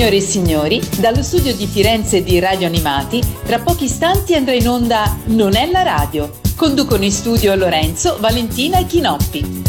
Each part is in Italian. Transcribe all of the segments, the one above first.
Signore e signori, dallo studio di Firenze di Radio Animati, tra pochi istanti andrà in onda Non è la radio. Conducono in studio Lorenzo, Valentina e Chinoppi.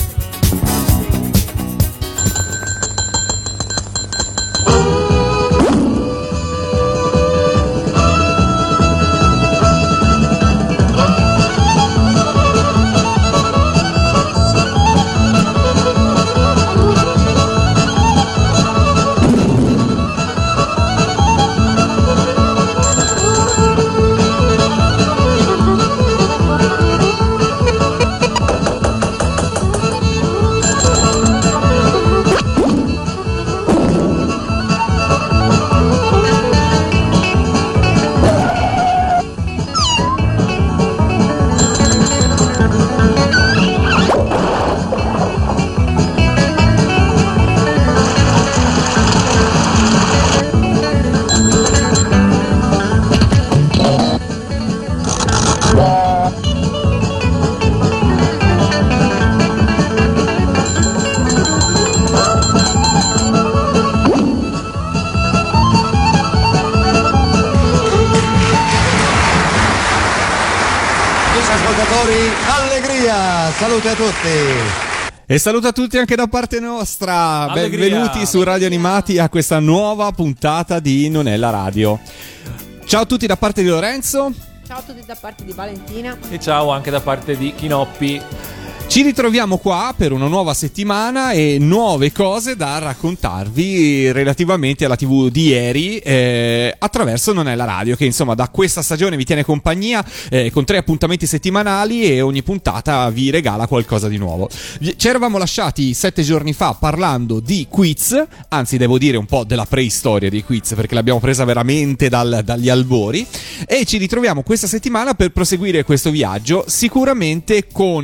Salute a tutti e saluto a tutti anche da parte nostra. Allegria. Benvenuti su Radio Animati a questa nuova puntata di Non è la radio. Ciao a tutti da parte di Lorenzo. Ciao a tutti da parte di Valentina. E ciao anche da parte di Chinoppi. Ci ritroviamo qua per una nuova settimana e nuove cose da raccontarvi relativamente alla TV di ieri attraverso Non è la radio, che insomma da questa stagione vi tiene compagnia con 3 appuntamenti settimanali e ogni puntata vi regala qualcosa di nuovo. Ci eravamo lasciati 7 giorni fa parlando di quiz, anzi devo dire un po' della preistoria dei quiz perché l'abbiamo presa veramente dagli albori, e ci ritroviamo questa settimana per proseguire questo viaggio, sicuramente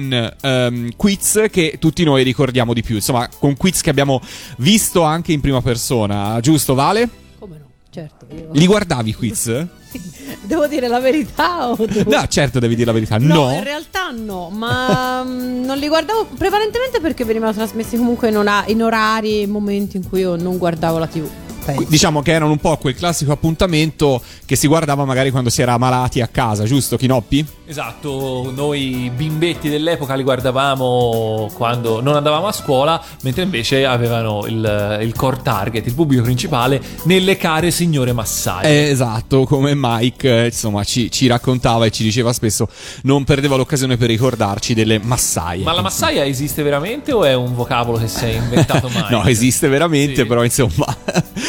con quiz che tutti noi ricordiamo di più, insomma con quiz che abbiamo visto anche in prima persona, giusto Vale? Come no, certo. Li guardavi i quiz? Devo dire la verità o devo... No, certo devi dire la verità. No, in realtà no, ma non li guardavo prevalentemente perché venivano trasmessi comunque in orari e momenti in cui io non guardavo la TV. Diciamo che erano un po' quel classico appuntamento che si guardava magari quando si era malati a casa, giusto Chinoppi? Esatto, noi bimbetti dell'epoca li guardavamo quando non andavamo a scuola, mentre invece avevano il core target, il pubblico principale, nelle care signore massaie. Esatto, come Mike insomma ci raccontava e ci diceva spesso, non perdeva l'occasione per ricordarci delle massaie. Ma la massaia esiste veramente o è un vocabolo che si è inventato Mike? No, esiste veramente, sì. Però insomma...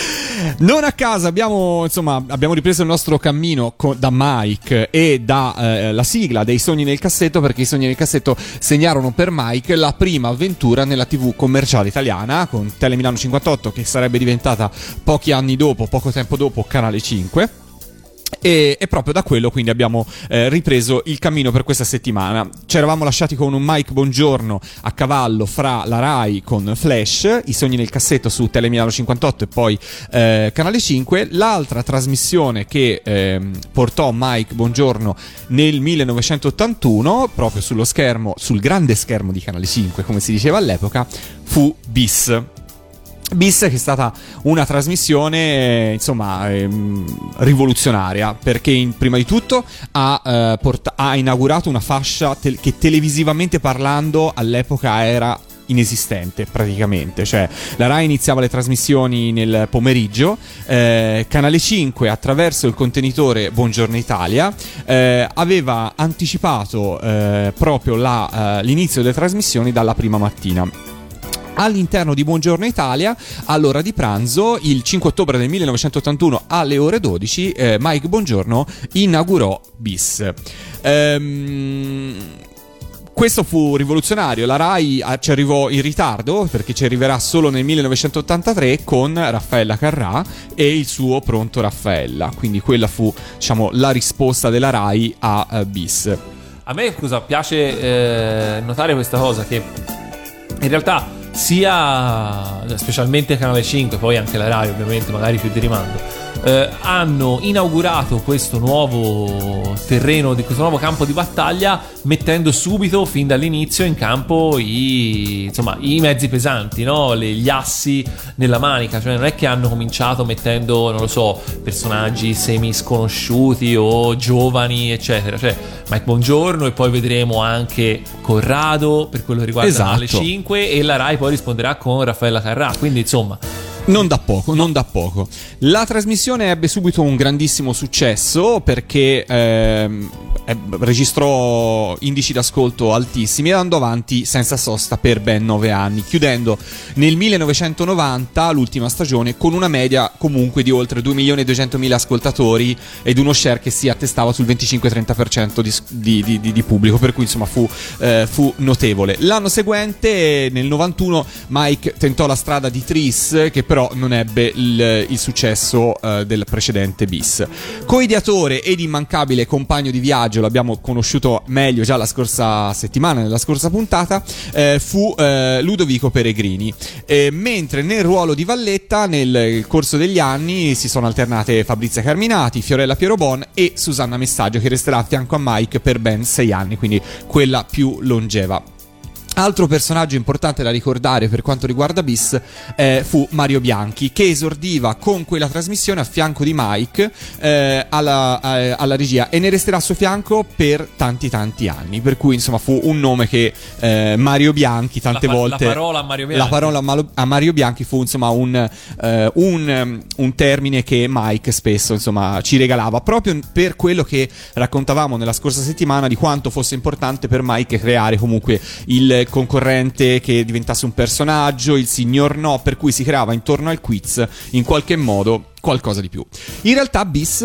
Non a caso abbiamo ripreso il nostro cammino da Mike e da la sigla dei Sogni nel cassetto, perché i Sogni nel cassetto segnarono per Mike la prima avventura nella TV commerciale italiana con Tele Milano 58, che sarebbe diventata poco tempo dopo Canale 5. E proprio da quello quindi abbiamo ripreso il cammino per questa settimana. Ci eravamo lasciati con un Mike Bongiorno a cavallo fra la Rai con Flash, i Sogni nel cassetto su Tele Milano 58 e poi Canale 5. L'altra trasmissione che portò Mike Bongiorno nel 1981 proprio sul grande schermo di Canale 5, come si diceva all'epoca, fu Bis, che è stata una trasmissione rivoluzionaria, perché prima di tutto ha inaugurato una fascia che televisivamente parlando all'epoca era inesistente praticamente, cioè la Rai iniziava le trasmissioni nel pomeriggio, Canale 5 attraverso il contenitore Buongiorno Italia aveva anticipato proprio l'inizio delle trasmissioni dalla prima mattina. All'interno di Buongiorno Italia, all'ora di pranzo, il 5 ottobre del 1981 alle ore 12, Mike Bongiorno inaugurò Bis. Questo fu rivoluzionario. La Rai ci arrivò in ritardo, perché ci arriverà solo nel 1983 con Raffaella Carrà e il suo Pronto Raffaella. Quindi quella fu, la risposta della Rai a Bis. A me, piace notare questa cosa, che in realtà sia specialmente Canale 5, poi anche la Rai ovviamente, magari più di rimando, hanno inaugurato questo nuovo terreno, di questo nuovo campo di battaglia, mettendo subito, fin dall'inizio, in campo i mezzi pesanti, no? Gli assi nella manica. Cioè non è che hanno cominciato mettendo, non lo so, personaggi semi sconosciuti o giovani, eccetera. Cioè Mike Bongiorno, e poi vedremo anche Corrado per quello che riguarda alle 5, e la Rai poi risponderà con Raffaella Carrà, quindi insomma non da poco. La trasmissione ebbe subito un grandissimo successo perché registrò indici d'ascolto altissimi, andando avanti senza sosta per ben 9 anni, chiudendo nel 1990 l'ultima stagione con una media comunque di oltre 2.200.000 ascoltatori ed uno share che si attestava sul 25-30% di pubblico, per cui insomma fu notevole. L'anno seguente, nel 91, Mike tentò la strada di Tris, che però non ebbe il successo del precedente Bis. Coideatore ed immancabile compagno di viaggio, l'abbiamo conosciuto meglio già la scorsa settimana, nella scorsa puntata, fu Ludovico Peregrini, mentre nel ruolo di Valletta nel corso degli anni si sono alternate Fabrizia Carminati, Fiorella Pierobon e Susanna Messaggio, che resterà a fianco a Mike per ben 6 anni, quindi quella più longeva. Altro personaggio importante da ricordare per quanto riguarda Bis fu Mario Bianchi, che esordiva con quella trasmissione a fianco di Mike alla regia, e ne resterà a suo fianco per tanti anni, per cui insomma fu un nome che Mario Bianchi tante volte, la parola a Mario Bianchi fu insomma un termine che Mike spesso insomma ci regalava, proprio per quello che raccontavamo nella scorsa settimana di quanto fosse importante per Mike creare comunque il concorrente che diventasse un personaggio, il signor no, per cui si creava intorno al quiz in qualche modo qualcosa di più. In realtà Bis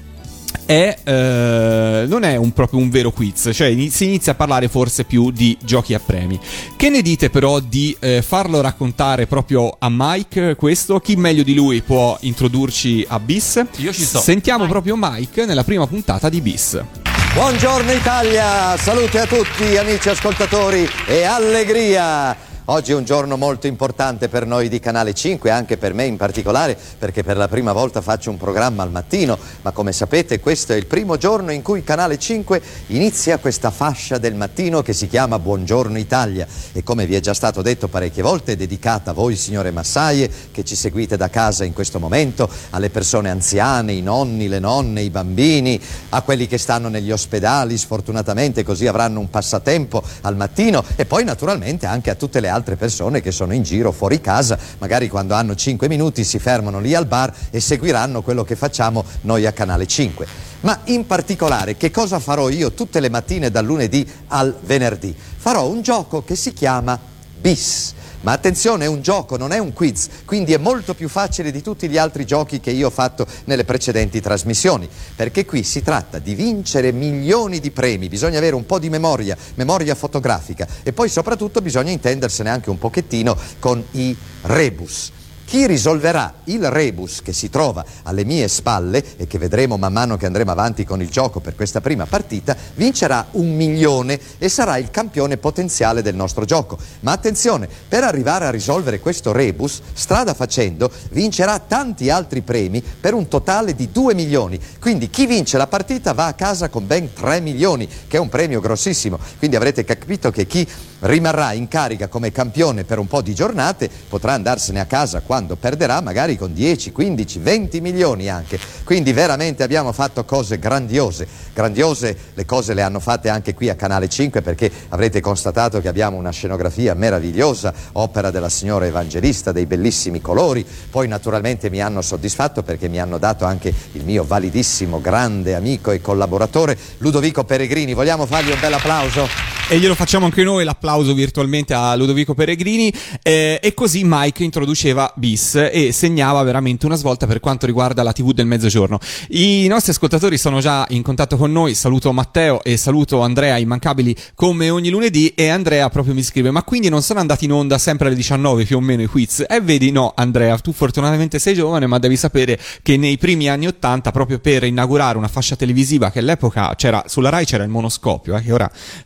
non è proprio un vero quiz, cioè si inizia a parlare forse più di giochi a premi. Che ne dite però di farlo raccontare proprio a Mike questo? Chi meglio di lui può introdurci a Bis? Io ci sto. Sentiamo proprio Mike nella prima puntata di Bis. Buongiorno Italia, saluti a tutti amici ascoltatori e allegria! Oggi è un giorno molto importante per noi di Canale 5, anche per me in particolare, perché per la prima volta faccio un programma al mattino, ma come sapete questo è il primo giorno in cui Canale 5 inizia questa fascia del mattino che si chiama Buongiorno Italia, e come vi è già stato detto parecchie volte è dedicata a voi signore massaie che ci seguite da casa in questo momento, alle persone anziane, i nonni, le nonne, i bambini, a quelli che stanno negli ospedali sfortunatamente, così avranno un passatempo al mattino, e poi naturalmente anche a tutte le altre persone che sono in giro fuori casa, magari quando hanno 5 minuti si fermano lì al bar e seguiranno quello che facciamo noi a Canale 5. Ma in particolare che cosa farò io tutte le mattine dal lunedì al venerdì? Farò un gioco che si chiama Bis. Ma attenzione, è un gioco, non è un quiz, quindi è molto più facile di tutti gli altri giochi che io ho fatto nelle precedenti trasmissioni, perché qui si tratta di vincere milioni di premi, bisogna avere un po' di memoria fotografica, e poi soprattutto bisogna intendersene anche un pochettino con i rebus. Chi risolverà il rebus che si trova alle mie spalle e che vedremo man mano che andremo avanti con il gioco per questa prima partita, vincerà 1 milione e sarà il campione potenziale del nostro gioco. Ma attenzione, per arrivare a risolvere questo rebus, strada facendo, vincerà tanti altri premi per un totale di 2 milioni. Quindi chi vince la partita va a casa con ben 3 milioni, che è un premio grossissimo. Quindi avrete capito che chi rimarrà in carica come campione per un po' di giornate potrà andarsene a casa quando perderà magari con 10, 15, 20 milioni anche. Quindi veramente abbiamo fatto cose grandiose. Grandiose le cose le hanno fatte anche qui a Canale 5, perché avrete constatato che abbiamo una scenografia meravigliosa, opera della signora Evangelista, dei bellissimi colori. Poi naturalmente mi hanno soddisfatto perché mi hanno dato anche il mio validissimo grande amico e collaboratore Ludovico Peregrini. Vogliamo fargli un bel applauso? E glielo facciamo anche noi l'applauso virtualmente a Ludovico Peregrini, e così Mike introduceva Bis e segnava veramente una svolta per quanto riguarda la TV del mezzogiorno. I nostri ascoltatori sono già in contatto con noi, saluto Matteo e saluto Andrea, immancabili come ogni lunedì, e Andrea proprio mi scrive: ma quindi non sono andati in onda sempre alle 19 più o meno i quiz? E vedi, no Andrea, tu fortunatamente sei giovane, ma devi sapere che nei primi anni 80, proprio per inaugurare una fascia televisiva che all'epoca c'era sulla Rai, c'era il monoscopio, che ora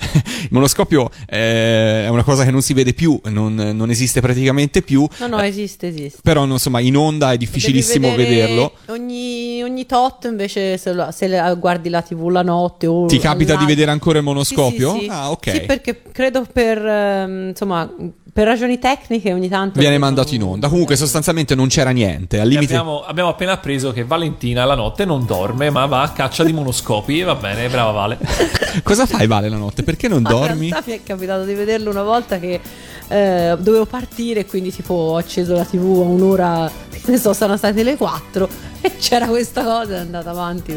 monoscopio è una cosa che non si vede più, non esiste praticamente più. No, esiste. Però insomma in onda è difficilissimo vederlo. Ogni tot invece se guardi la TV la notte o ti capita di vedere ancora il monoscopio? Sì. Ah, ok. Sì, perché credo per ragioni tecniche ogni tanto viene mandato in onda. Comunque sostanzialmente non c'era niente. Al limite abbiamo appena appreso che Valentina la notte non dorme, ma va a caccia di monoscopi. Va bene, brava Vale. Cosa fai, Vale, la notte? Perché non dormi? In realtà mi è capitato di vederlo una volta che dovevo partire, quindi tipo ho acceso la TV a un'ora, che ne so, sono state le 4 e c'era questa cosa, è andata avanti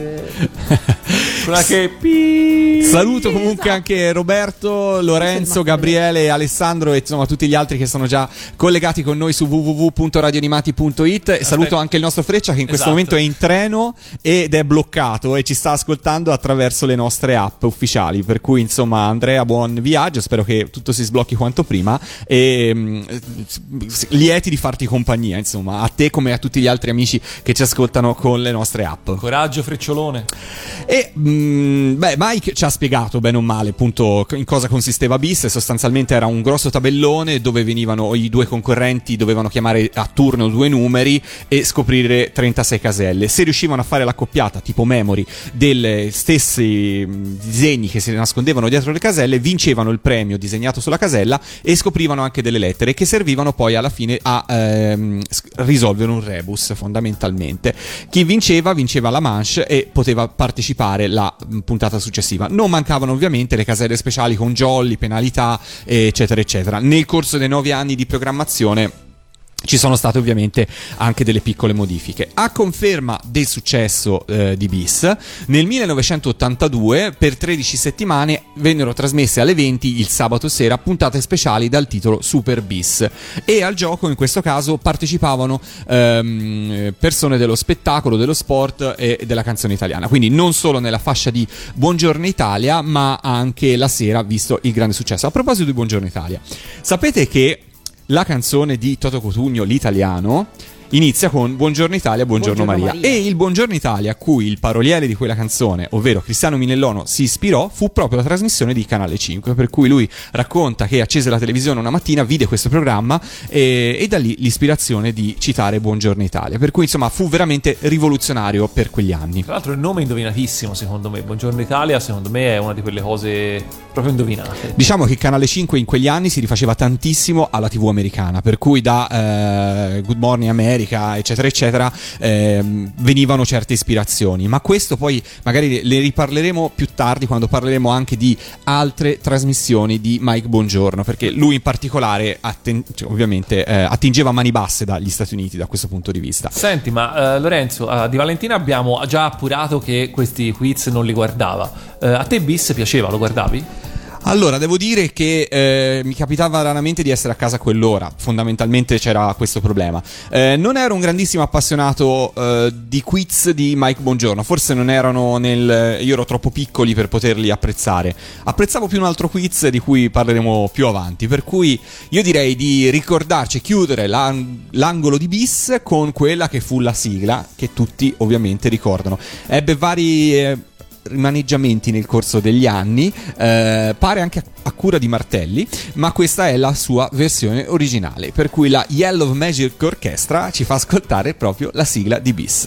Saluto comunque anche Roberto, Lorenzo, Gabriele, Alessandro e insomma tutti gli altri che sono già collegati con noi su www.radioanimati.it. E saluto anche il nostro Freccia che in questo momento è in treno ed è bloccato e ci sta ascoltando attraverso le nostre app ufficiali, per cui insomma Andrea, buon viaggio, spero che tutto si sblocchi quanto prima e lieti di farti compagnia insomma a te come a tutti gli altri amici che ci ascoltano con le nostre app. Coraggio Frecciolone. E Mike ci ha spiegato bene o male appunto in cosa consisteva BIS. Sostanzialmente era un grosso tabellone dove venivano i due concorrenti, dovevano chiamare a turno due numeri e scoprire 36 caselle. Se riuscivano a fare l'accoppiata tipo memory delle stessi disegni che si nascondevano dietro le caselle, vincevano il premio disegnato sulla casella e scoprivano anche delle lettere che servivano poi alla fine a risolvere un rebus fondamentalmente. Chi vinceva la manche e poteva partecipare la puntata successiva. Non mancavano ovviamente le caselle speciali con jolly, penalità eccetera eccetera. Nel corso dei 9 anni di programmazione ci sono state ovviamente anche delle piccole modifiche. A conferma del successo di BIS, nel 1982 per 13 settimane vennero trasmesse alle 20 il sabato sera puntate speciali dal titolo Super BIS e al gioco in questo caso partecipavano persone dello spettacolo, dello sport e della canzone italiana, quindi non solo nella fascia di Buongiorno Italia ma anche la sera, visto il grande successo. A proposito di Buongiorno Italia, sapete che la canzone di Toto Cutugno, l'italiano, inizia con Buongiorno Italia, Buongiorno Maria. E il Buongiorno Italia a cui il paroliere di quella canzone, ovvero Cristiano Minellono, si ispirò fu proprio la trasmissione di Canale 5, per cui lui racconta che accese la televisione una mattina, vide questo programma e da lì l'ispirazione di citare Buongiorno Italia, per cui insomma fu veramente rivoluzionario per quegli anni. Tra l'altro il nome è indovinatissimo secondo me, Buongiorno Italia secondo me è una di quelle cose proprio indovinate. Diciamo che Canale 5 in quegli anni si rifaceva tantissimo alla TV americana, per cui da Good Morning America eccetera eccetera venivano certe ispirazioni, ma questo poi magari le riparleremo più tardi quando parleremo anche di altre trasmissioni di Mike Bongiorno, perché lui in particolare ovviamente attingeva a mani basse dagli Stati Uniti da questo punto di vista. Senti, ma Lorenzo, di Valentina abbiamo già appurato che questi quiz non li guardava. A te BIS piaceva, lo guardavi? Allora, devo dire che mi capitava raramente di essere a casa a quell'ora, fondamentalmente c'era questo problema. Non ero un grandissimo appassionato di quiz di Mike Bongiorno, forse non erano io ero troppo piccoli per poterli apprezzare. Apprezzavo più un altro quiz di cui parleremo più avanti, per cui io direi di ricordarci e chiudere l'angolo di BIS con quella che fu la sigla, che tutti ovviamente ricordano. Ebbe vari rimaneggiamenti nel corso degli anni, pare anche a cura di Martelli, ma questa è la sua versione originale, per cui la Yellow Magic Orchestra ci fa ascoltare proprio la sigla di BIS.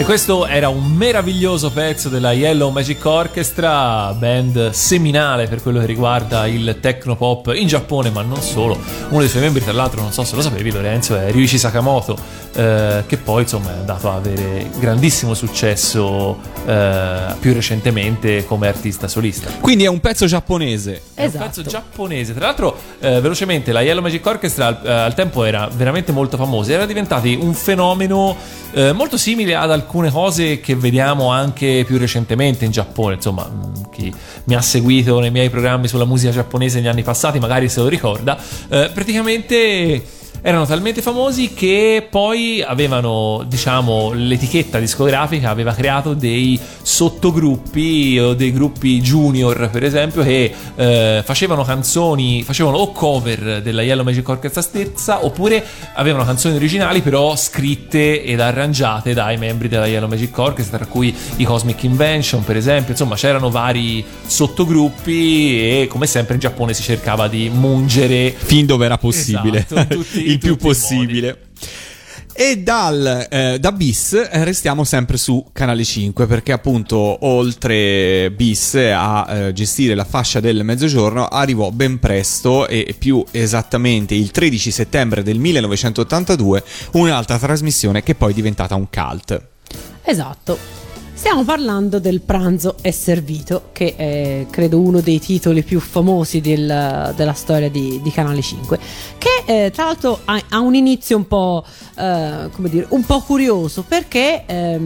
questo era un meraviglioso pezzo della Yellow Magic Orchestra, band seminale per quello che riguarda il techno pop in Giappone, ma non solo. Uno dei suoi membri, tra l'altro, non so se lo sapevi Lorenzo, è Ryuichi Sakamoto, che poi insomma è andato a avere grandissimo successo più recentemente come artista solista. Quindi è un pezzo giapponese. È un pezzo giapponese. Tra l'altro, velocemente, la Yellow Magic Orchestra al tempo era veramente molto famosa, era diventati un fenomeno molto simile ad alcune cose che vediamo anche più recentemente in Giappone. Insomma, chi mi ha seguito nei miei programmi sulla musica giapponese negli anni passati magari se lo ricorda. Praticamente erano talmente famosi che poi avevano, diciamo, l'etichetta discografica aveva creato dei sottogruppi o dei gruppi junior, per esempio, che facevano canzoni, facevano o cover della Yellow Magic Orchestra stessa, oppure avevano canzoni originali però scritte ed arrangiate dai membri della Yellow Magic Orchestra, tra cui i Cosmic Invention, per esempio. Insomma, c'erano vari sottogruppi e come sempre in Giappone si cercava di mungere fin dove era possibile, esatto, il più possibile. E da Bis restiamo sempre su Canale 5, perché appunto oltre Bis a gestire la fascia del mezzogiorno arrivò ben presto, e più esattamente il 13 settembre del 1982, un'altra trasmissione che poi è diventata un cult. Esatto. Stiamo parlando del Pranzo è servito, che è credo uno dei titoli più famosi della storia di Canale 5, che tra l'altro ha un inizio un po' come dire, un po' curioso, perché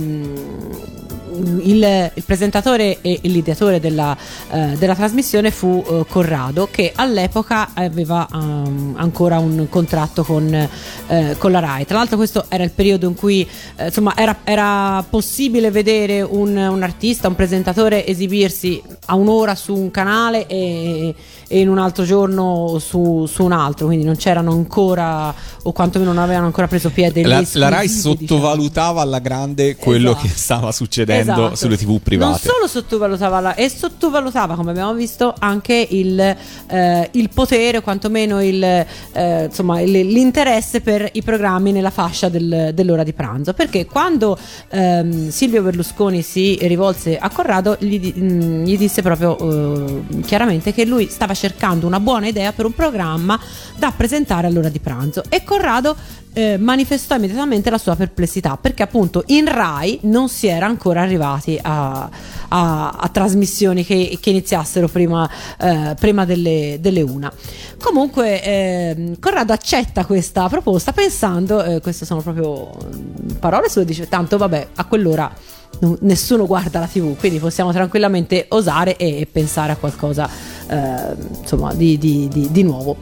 il presentatore e l'ideatore della trasmissione fu Corrado, che all'epoca aveva ancora un contratto con la Rai. Tra l'altro questo era il periodo in cui insomma era possibile vedere un artista, un presentatore esibirsi a un'ora su un canale e in un altro giorno su un altro, quindi non c'erano ancora, o quantomeno non avevano ancora preso piede la Rai sottovalutava alla grande quello che stava succedendo sulle TV private. Non solo sottovalutava, come abbiamo visto, anche il potere, o quantomeno insomma l'interesse per i programmi nella fascia dell'ora di pranzo, perché quando Silvio Berlusconi si rivolse a Corrado gli disse proprio chiaramente che lui stava cercando una buona idea per un programma da presentare all'ora di pranzo, e Corrado manifestò immediatamente la sua perplessità, perché appunto in Rai non si era ancora arrivati a trasmissioni che iniziassero prima delle una. Comunque Corrado accetta questa proposta pensando, queste sono proprio parole sue, dice tanto vabbè, a quell'ora nessuno guarda la TV, quindi possiamo tranquillamente osare e pensare a qualcosa insomma di nuovo.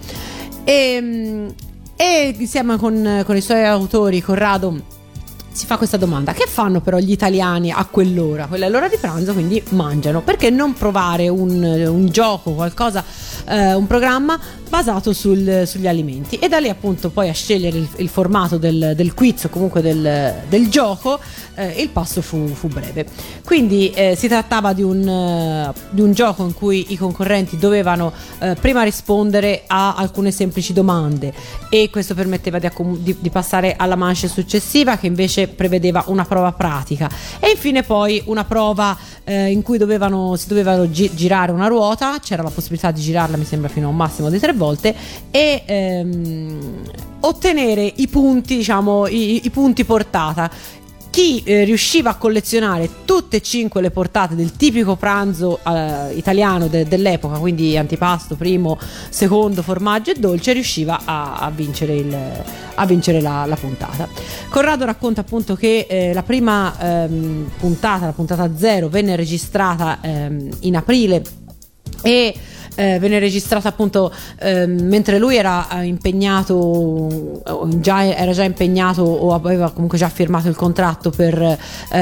E insieme con i suoi autori, Corrado si fa questa domanda: che fanno però gli italiani a quell'ora? Quella è l'ora di pranzo, quindi mangiano, perché non provare un gioco, qualcosa, un programma basato sugli alimenti? E da lì appunto poi a scegliere il formato del quiz, o comunque del gioco, il passo fu breve. Quindi si trattava di un gioco in cui i concorrenti dovevano prima rispondere a alcune semplici domande, e questo permetteva di passare alla manche successiva, che invece prevedeva una prova pratica, e infine poi una prova in cui si dovevano girare una ruota. C'era la possibilità di girarla, mi sembra, fino a un massimo di 3 volte, e ottenere i punti, diciamo i punti portata. Chi riusciva a collezionare tutte e 5 le portate del tipico pranzo italiano dell'epoca, quindi antipasto, primo, secondo, formaggio e dolce, riusciva a vincere la puntata. Corrado racconta appunto che la prima puntata, la puntata 0, venne registrata in aprile, e venne registrata appunto mentre lui era impegnato, era già impegnato, o aveva comunque già firmato il contratto per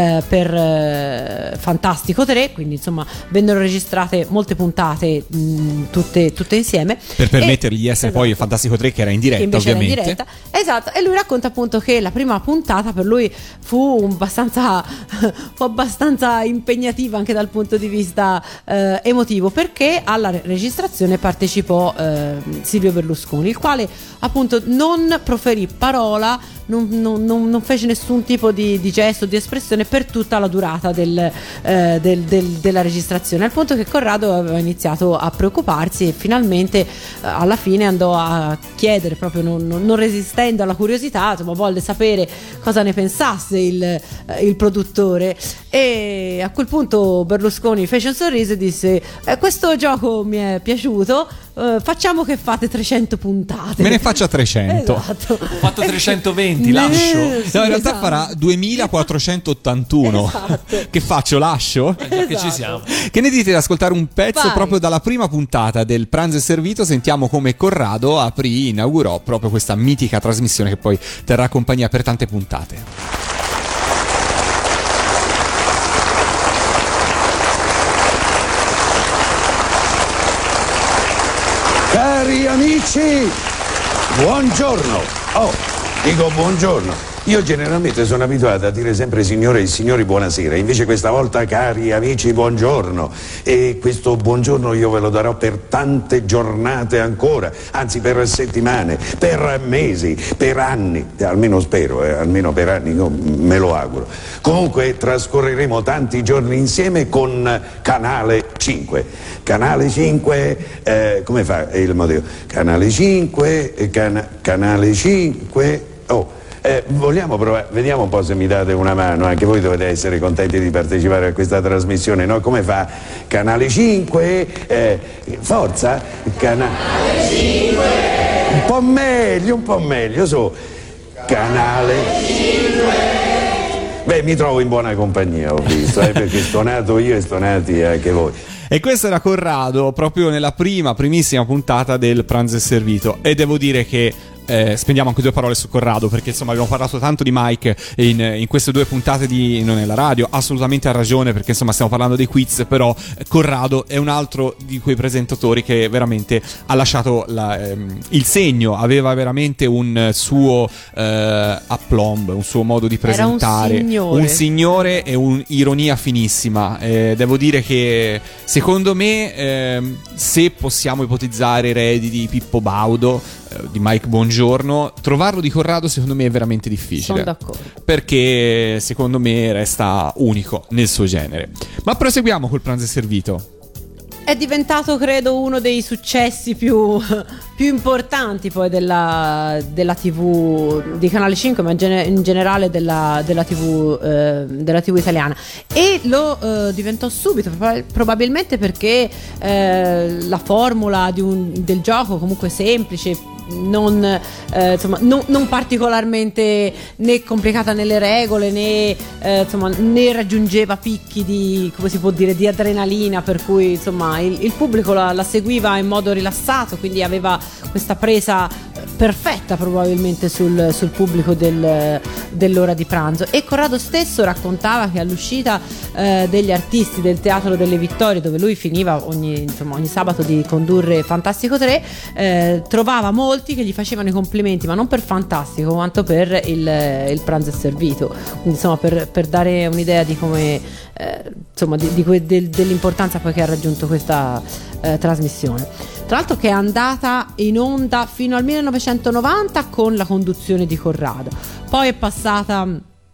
Fantastico 3, quindi insomma vennero registrate molte puntate tutte insieme, per permettergli di essere poi Fantastico 3, che era in diretta, invece ovviamente era in diretta, Esatto, e lui racconta appunto che la prima puntata per lui fu abbastanza impegnativa anche dal punto di vista emotivo, perché alla registrazione partecipò Silvio Berlusconi, il quale appunto non proferì parola, non fece nessun tipo di gesto, di espressione per tutta la durata della registrazione, al punto che Corrado aveva iniziato a preoccuparsi e finalmente alla fine andò a chiedere, proprio non resistendo alla curiosità, insomma, volle sapere cosa ne pensasse il produttore, e a quel punto Berlusconi fece un sorriso e disse: questo gioco mi è piaciuto, facciamo che fate 300 puntate. Me ne faccia 300. Esatto. Ho fatto 320, lascio? Sì, No, in realtà esatto. farà 2481. Esatto. Che faccio? Lascio? Già che ci Esatto. siamo. Che ne dite di ascoltare un pezzo Vai. proprio dalla prima puntata del Pranzo è Servito? Sentiamo come Corrado inaugurò proprio questa mitica trasmissione che poi terrà compagnia per tante puntate. Cari amici, buongiorno. Oh, dico buongiorno. Io generalmente sono abituato a dire sempre signore e signori buonasera, invece questa volta cari amici buongiorno, e questo buongiorno io ve lo darò per tante giornate ancora, anzi per settimane, per mesi, per anni, almeno spero, almeno per anni, io me lo auguro. Comunque trascorreremo tanti giorni insieme con Canale 5. Canale 5, come fa il modello? Canale 5, Canale 5, vogliamo provare, vediamo un po' se mi date una mano, anche voi dovete essere contenti di partecipare a questa trasmissione, no? Come fa? Canale 5, forza, Canale 5, un po' meglio, su, Canale 5. Beh, mi trovo in buona compagnia, ho visto, perché stonato io e stonati anche voi. E questo era Corrado proprio nella primissima puntata del Pranzo è Servito, e devo dire che spendiamo anche due parole su Corrado, perché insomma abbiamo parlato tanto di Mike in queste due puntate di Non è la radio. Assolutamente ha ragione, perché insomma stiamo parlando dei quiz, però Corrado è un altro di quei presentatori che veramente ha lasciato il segno, aveva veramente un suo aplomb, un suo modo di presentare, un signore e un'ironia finissima. Devo dire che secondo me se possiamo ipotizzare eredi di Pippo Baudo, di Mike Bongiorno, trovarlo di Corrado secondo me è veramente difficile. Sono d'accordo, perché secondo me resta unico nel suo genere. Ma proseguiamo col Pranzo è Servito. È diventato, credo, uno dei successi più importanti poi della TV di Canale 5, ma in generale della TV italiana, e lo diventò subito, probabilmente perché la formula del gioco, comunque semplice, non particolarmente né complicata nelle regole, né raggiungeva picchi di, come si può dire, di adrenalina, per cui insomma il pubblico la seguiva in modo rilassato, quindi aveva questa presa perfetta probabilmente sul pubblico dell'ora di pranzo. E Corrado stesso raccontava che all'uscita degli artisti del Teatro delle Vittorie, dove lui finiva ogni sabato di condurre Fantastico 3, trovava molti che gli facevano i complimenti, ma non per Fantastico quanto per il Pranzo è Servito, quindi insomma per dare un'idea di come dell'importanza poi che ha raggiunto questa trasmissione, tra l'altro, che è andata in onda fino al 1990 con la conduzione di Corrado, poi è passata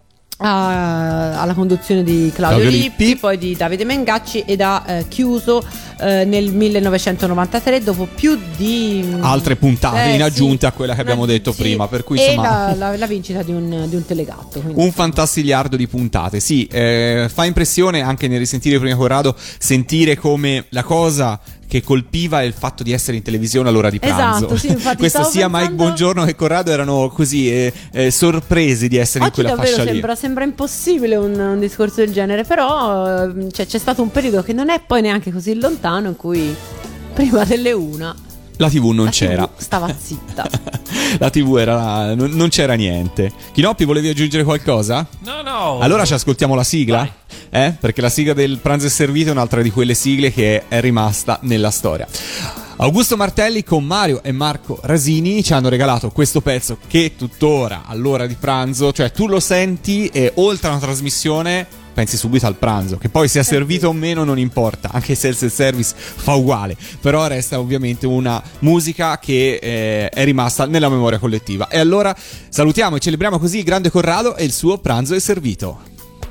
alla conduzione di Claudio Lippi, poi di Davide Mengacci, ed ha chiuso nel 1993 dopo più di altre puntate in aggiunta a quella che abbiamo detto prima, per cui insomma la vincita di un telegatto, quindi un fantastigliardo di puntate. Sì, fa impressione anche nel risentire prima Corrado, sentire come la cosa che colpiva il fatto di essere in televisione all'ora di pranzo. Esatto, sì, infatti questo sia pensando... Mike Bongiorno che Corrado erano così sorpresi di essere oggi in quella fascia lì. Sembra impossibile un discorso del genere, però c'è stato un periodo che non è poi neanche così lontano in cui prima delle 1 la TV non la c'era. TV stava zitta. La TV era non c'era niente. Chinoppi, volevi aggiungere qualcosa? No. Allora ci ascoltiamo la sigla? Perché la sigla del Pranzo è Servito è un'altra di quelle sigle che è rimasta nella storia. Augusto Martelli con Mario e Marco Rasini ci hanno regalato questo pezzo che tuttora all'ora di pranzo, cioè tu lo senti e oltre a una trasmissione pensi subito al pranzo, che poi sia servito o meno non importa, anche se il self-service fa uguale, però resta ovviamente una musica che è rimasta nella memoria collettiva. E allora salutiamo e celebriamo così il grande Corrado e il suo Pranzo è servito.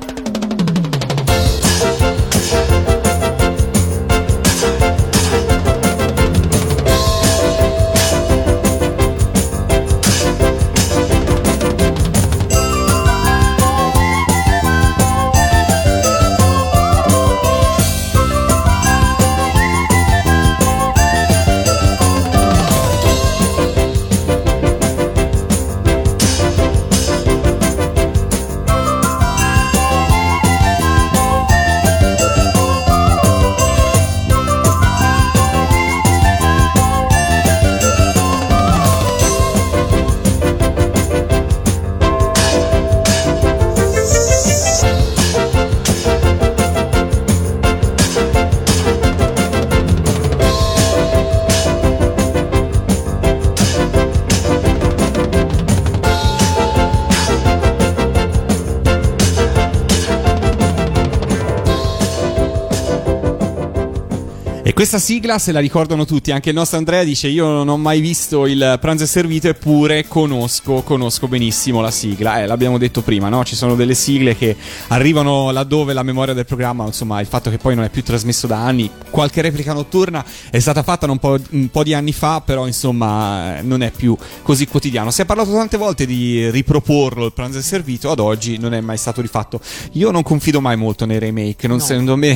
Questa sigla se la ricordano tutti, anche il nostro Andrea dice io non ho mai visto il Pranzo è servito eppure conosco benissimo la sigla, l'abbiamo detto prima, no? Ci sono delle sigle che arrivano laddove la memoria del programma, insomma il fatto che poi non è più trasmesso da anni, qualche replica notturna è stata fatta un po' di anni fa, però insomma non è più così quotidiano. Si è parlato tante volte di riproporlo il Pranzo è servito, ad oggi non è mai stato rifatto. Io non confido mai molto nei remake, secondo me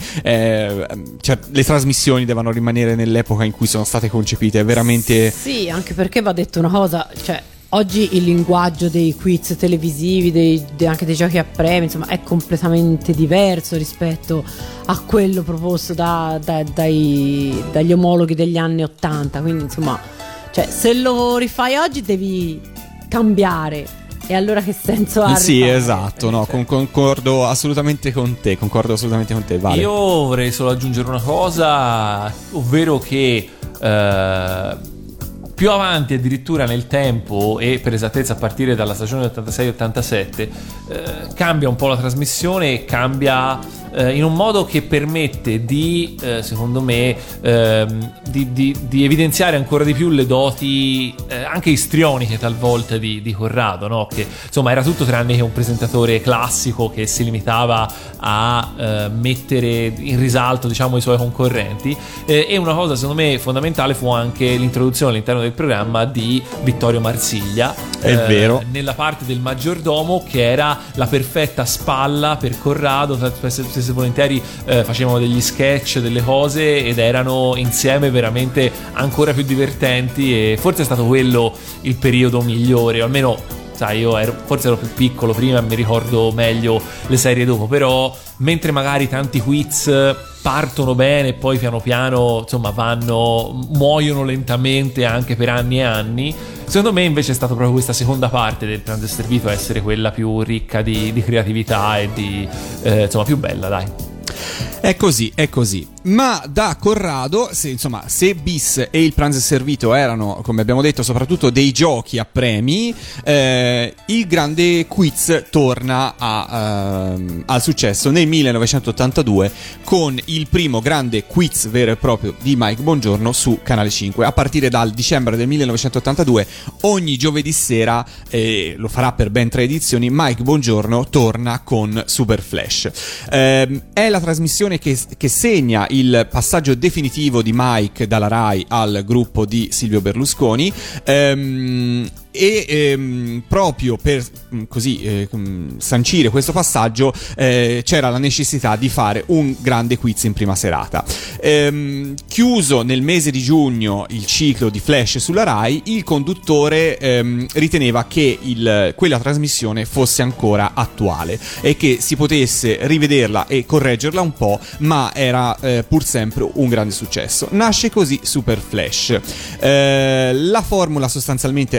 cioè, le trasmissioni devono rimanere nell'epoca in cui sono state concepite, è veramente... Sì, anche perché va detto una cosa, cioè oggi il linguaggio dei quiz televisivi, anche dei giochi a premi, insomma è completamente diverso rispetto a quello proposto dagli omologhi degli anni 80, quindi insomma, cioè, se lo rifai oggi devi cambiare. E allora che senso ha? Sì, esatto, no, concordo assolutamente con te, vale. Io vorrei solo aggiungere una cosa, ovvero che più avanti addirittura nel tempo, e per esattezza a partire dalla stagione 86-87, cambia un po' la trasmissione e cambia in un modo che permette di, secondo me, di evidenziare ancora di più le doti anche istrioniche talvolta di Corrado, no? Che insomma era tutto tranne che un presentatore classico che si limitava a mettere in risalto, diciamo, i suoi concorrenti, e una cosa secondo me fondamentale fu anche l'introduzione all'interno del programma di Vittorio Marsiglia, è vero, nella parte del maggiordomo, che era la perfetta spalla per Corrado. Spesso e volentieri facevano degli sketch, delle cose, ed erano insieme veramente ancora più divertenti, e forse è stato quello il periodo migliore, o almeno sai, forse ero più piccolo prima e mi ricordo meglio le serie dopo, però mentre magari tanti quiz partono bene e poi piano piano insomma muoiono lentamente anche per anni e anni, secondo me invece è stata proprio questa seconda parte del Pranzo è servito a essere quella più ricca di creatività e di insomma più bella, dai. È così. Ma da Corrado, se Bis e il Pranzo è servito erano, come abbiamo detto, soprattutto dei giochi a premi, il grande quiz torna al successo nel 1982 con il primo grande quiz vero e proprio di Mike Bongiorno su Canale 5. A partire dal dicembre del 1982, ogni giovedì sera, lo farà per ben 3 edizioni, Mike Bongiorno torna con Super Flash. È la trasmissione che segna il passaggio definitivo di Mike dalla Rai al gruppo di Silvio Berlusconi, e proprio per così sancire questo passaggio c'era la necessità di fare un grande quiz in prima serata. Chiuso nel mese di giugno il ciclo di Flash sulla Rai, il conduttore riteneva che quella trasmissione fosse ancora attuale e che si potesse rivederla e correggerla un po', ma era pur sempre un grande successo. Nasce così Super Flash. La formula sostanzialmente resta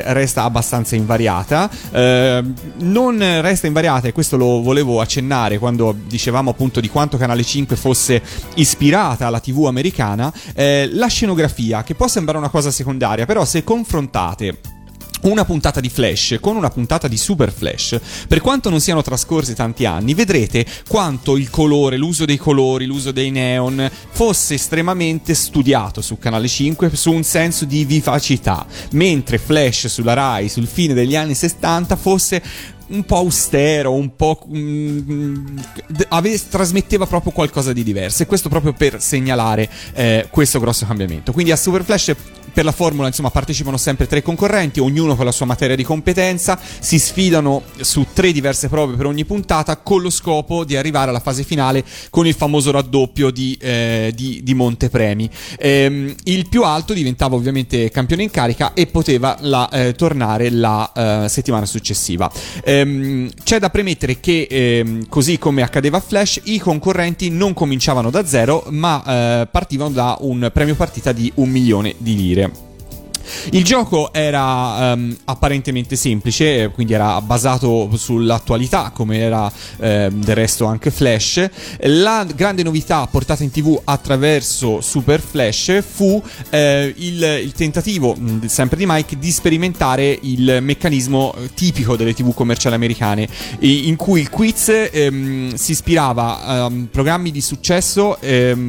abbastanza invariata. Non resta invariata, e questo lo volevo accennare quando dicevamo appunto di quanto Canale 5 fosse ispirata alla TV americana, la scenografia, che può sembrare una cosa secondaria, però se confrontate una puntata di Flash con una puntata di Super Flash, per quanto non siano trascorsi tanti anni, vedrete quanto il colore, l'uso dei colori, l'uso dei neon fosse estremamente studiato su Canale 5, su un senso di vivacità, mentre Flash sulla Rai sul fine degli anni 60 fosse un po' austero, un po' trasmetteva proprio qualcosa di diverso, e questo proprio per segnalare questo grosso cambiamento. Quindi a Super Flash, per la formula, insomma, partecipano sempre 3 concorrenti, ognuno con la sua materia di competenza, si sfidano su 3 diverse prove per ogni puntata, con lo scopo di arrivare alla fase finale con il famoso raddoppio di montepremi. Il più alto diventava ovviamente campione in carica e poteva tornare la settimana successiva. C'è da premettere che, così come accadeva a Flash, i concorrenti non cominciavano da zero, ma partivano da un premio partita di 1 milione di lire. Il gioco era apparentemente semplice, quindi era basato sull'attualità, come era del resto anche Flash. La grande novità portata in TV attraverso Super Flash fu il tentativo, sempre di Mike, di sperimentare il meccanismo tipico delle TV commerciali americane, in cui il quiz si ispirava a programmi di successo.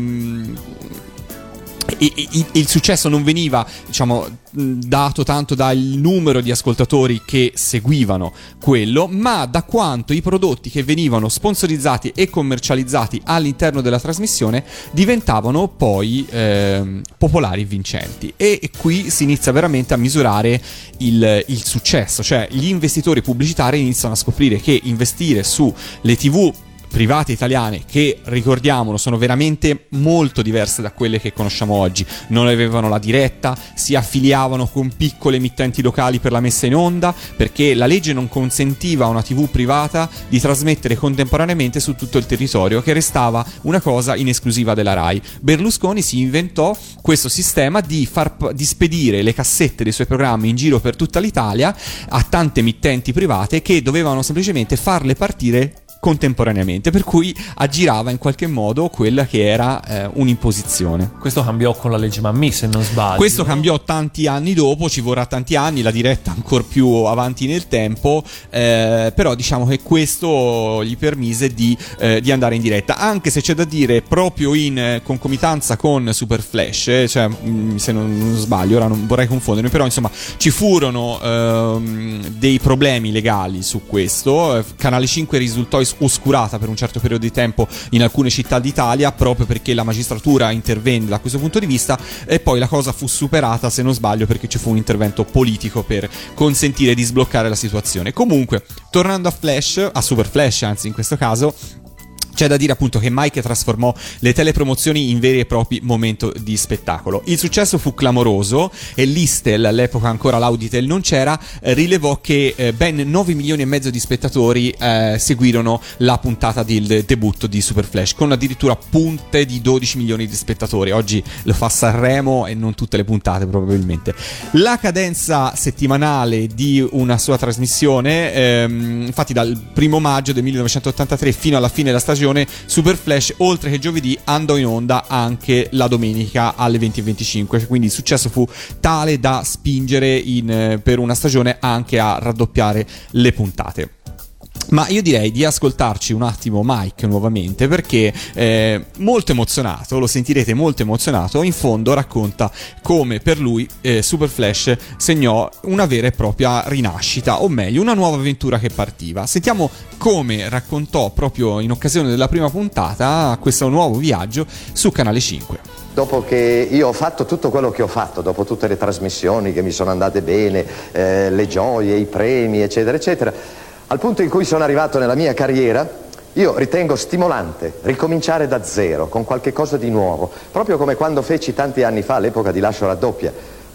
Il successo non veniva, diciamo, dato tanto dal numero di ascoltatori che seguivano quello, ma da quanto i prodotti che venivano sponsorizzati e commercializzati all'interno della trasmissione diventavano poi popolari e vincenti. E qui si inizia veramente a misurare il successo, cioè gli investitori pubblicitari iniziano a scoprire che investire su le TV private italiane, che ricordiamolo sono veramente molto diverse da quelle che conosciamo oggi, non avevano la diretta, si affiliavano con piccole emittenti locali per la messa in onda, perché la legge non consentiva a una TV privata di trasmettere contemporaneamente su tutto il territorio, che restava una cosa in esclusiva della Rai. Berlusconi si inventò questo sistema di spedire le cassette dei suoi programmi in giro per tutta l'Italia a tante emittenti private che dovevano semplicemente farle partire contemporaneamente, per cui aggirava in qualche modo quella che era un'imposizione. Questo cambiò con la legge Mammì, se non sbaglio. Questo cambiò tanti anni dopo, ci vorrà tanti anni, la diretta ancora più avanti nel tempo, però diciamo che questo gli permise di andare in diretta, anche se c'è da dire proprio in concomitanza con Super Flash, cioè se non sbaglio, ora non vorrei confondermi, però insomma ci furono dei problemi legali su questo. Canale 5 risultò oscurata per un certo periodo di tempo in alcune città d'Italia, proprio perché la magistratura intervenne da questo punto di vista, e poi la cosa fu superata, se non sbaglio, perché ci fu un intervento politico per consentire di sbloccare la situazione. Comunque, tornando a Super Flash, anzi in questo caso, c'è da dire appunto che Mike trasformò le telepromozioni in veri e propri momento di spettacolo. Il successo fu clamoroso e l'Istel, all'epoca ancora l'Auditel non c'era, rilevò che ben 9 milioni e mezzo di spettatori seguirono la puntata del debutto di Super Flash, con addirittura punte di 12 milioni di spettatori. Oggi lo fa Sanremo e non tutte le puntate probabilmente. La cadenza settimanale di una sua trasmissione, infatti dal 1 maggio del 1983 fino alla fine della stagione, Super Flash, oltre che giovedì, andò in onda anche la domenica alle 20:25, quindi il successo fu tale da spingere per una stagione anche a raddoppiare le puntate. Ma io direi di ascoltarci un attimo Mike nuovamente, perché molto emozionato, lo sentirete molto emozionato. In fondo racconta come per lui Super Flash segnò una vera e propria rinascita, o meglio una nuova avventura che partiva. Sentiamo come raccontò proprio in occasione della prima puntata questo nuovo viaggio su Canale 5. Dopo che io ho fatto tutto quello che ho fatto, dopo tutte le trasmissioni che mi sono andate bene, le gioie, i premi, eccetera eccetera, al punto in cui sono arrivato nella mia carriera, io ritengo stimolante ricominciare da zero, con qualche cosa di nuovo, proprio come quando feci tanti anni fa, all'epoca di Lascio raddoppia.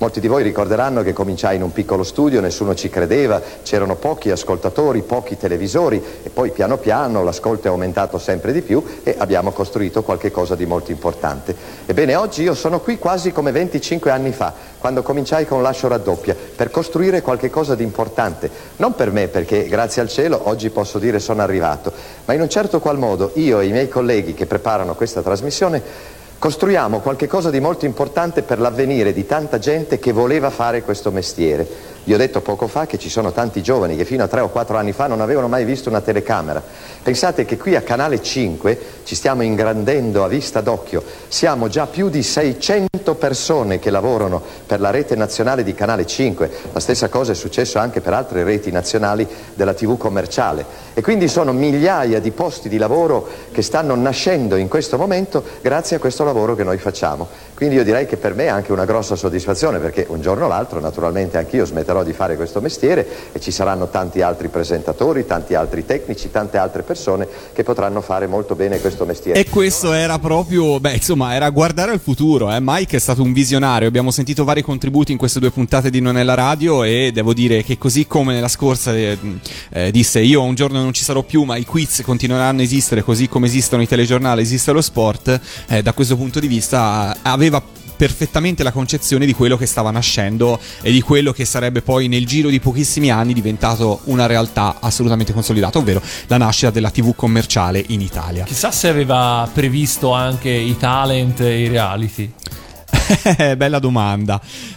Molti di voi ricorderanno che cominciai in un piccolo studio, nessuno ci credeva, c'erano pochi ascoltatori, pochi televisori e poi piano piano l'ascolto è aumentato sempre di più e abbiamo costruito qualche cosa di molto importante. Ebbene, oggi io sono qui quasi come 25 anni fa, quando cominciai con Lascio raddoppia, per costruire qualche cosa di importante. Non per me, perché grazie al cielo oggi posso dire sono arrivato, ma in un certo qual modo io e i miei colleghi che preparano questa trasmissione costruiamo qualche cosa di molto importante per l'avvenire di tanta gente che voleva fare questo mestiere. Vi ho detto poco fa che ci sono tanti giovani che fino a 3 o 4 anni fa non avevano mai visto una telecamera. Pensate che qui a Canale 5 ci stiamo ingrandendo a vista d'occhio. Siamo già più di 600 persone che lavorano per la rete nazionale di Canale 5. La stessa cosa è successo anche per altre reti nazionali della TV commerciale. E quindi sono migliaia di posti di lavoro che stanno nascendo in questo momento grazie a questo lavoro che noi facciamo. Quindi io direi che per me è anche una grossa soddisfazione, perché un giorno o l'altro naturalmente anch'io smetterò di fare questo mestiere e ci saranno tanti altri presentatori, tanti altri tecnici, tante altre persone che potranno fare molto bene questo mestiere. E questo era proprio, era guardare al futuro. Mike è stato un visionario, abbiamo sentito vari contributi in queste 2 puntate di Non è la radio e devo dire che così come nella scorsa disse io un giorno non ci sarò più ma i quiz continueranno a esistere così come esistono i telegiornali, esiste lo sport, da questo punto di vista aveva perfettamente la concezione di quello che stava nascendo e di quello che sarebbe poi nel giro di pochissimi anni diventato una realtà assolutamente consolidata, ovvero la nascita della TV commerciale in Italia. Chissà se aveva previsto anche i talent e i reality. Bella domanda.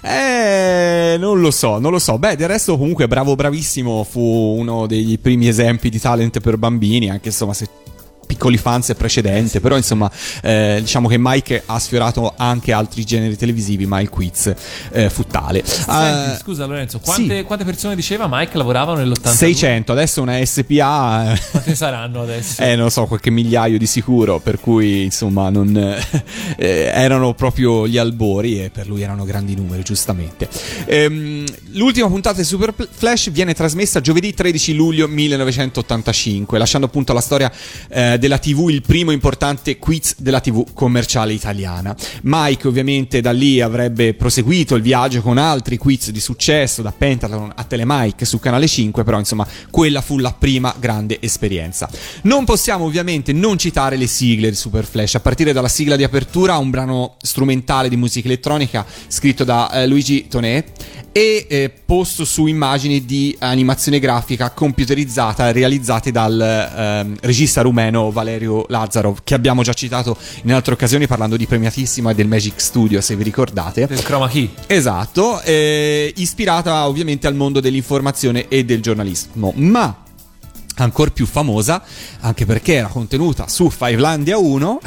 Non lo so. Beh, del resto comunque bravissimo, fu uno dei primi esempi di talent per bambini, anche insomma se piccoli fans è precedente, però insomma diciamo che Mike ha sfiorato anche altri generi televisivi, ma il quiz fu tale. Senti, scusa Lorenzo, quante persone diceva Mike lavoravano nell'82? 600, adesso una SPA quante saranno adesso? Non lo so, qualche migliaio di sicuro, per cui insomma non erano proprio gli albori e per lui erano grandi numeri, giustamente. L'ultima puntata di Super Flash viene trasmessa giovedì 13 luglio 1985, lasciando appunto alla storia della TV il primo importante quiz della TV commerciale italiana. Mike ovviamente da lì avrebbe proseguito il viaggio con altri quiz di successo, da Pentatlon a Telemike su Canale 5, però insomma quella fu la prima grande esperienza. Non possiamo ovviamente non citare le sigle di Super Flash, a partire dalla sigla di apertura, un brano strumentale di musica elettronica scritto da Luigi Tonet e posto su immagini di animazione grafica computerizzata realizzate dal regista rumeno Valerio Lazarov, che abbiamo già citato in altre occasioni parlando di Premiatissima e del Magic Studio, se vi ricordate, del Chroma Key. Esatto, ispirata ovviamente al mondo dell'informazione e del giornalismo, ma ancor più famosa, anche perché era contenuta su Fivelandia 1,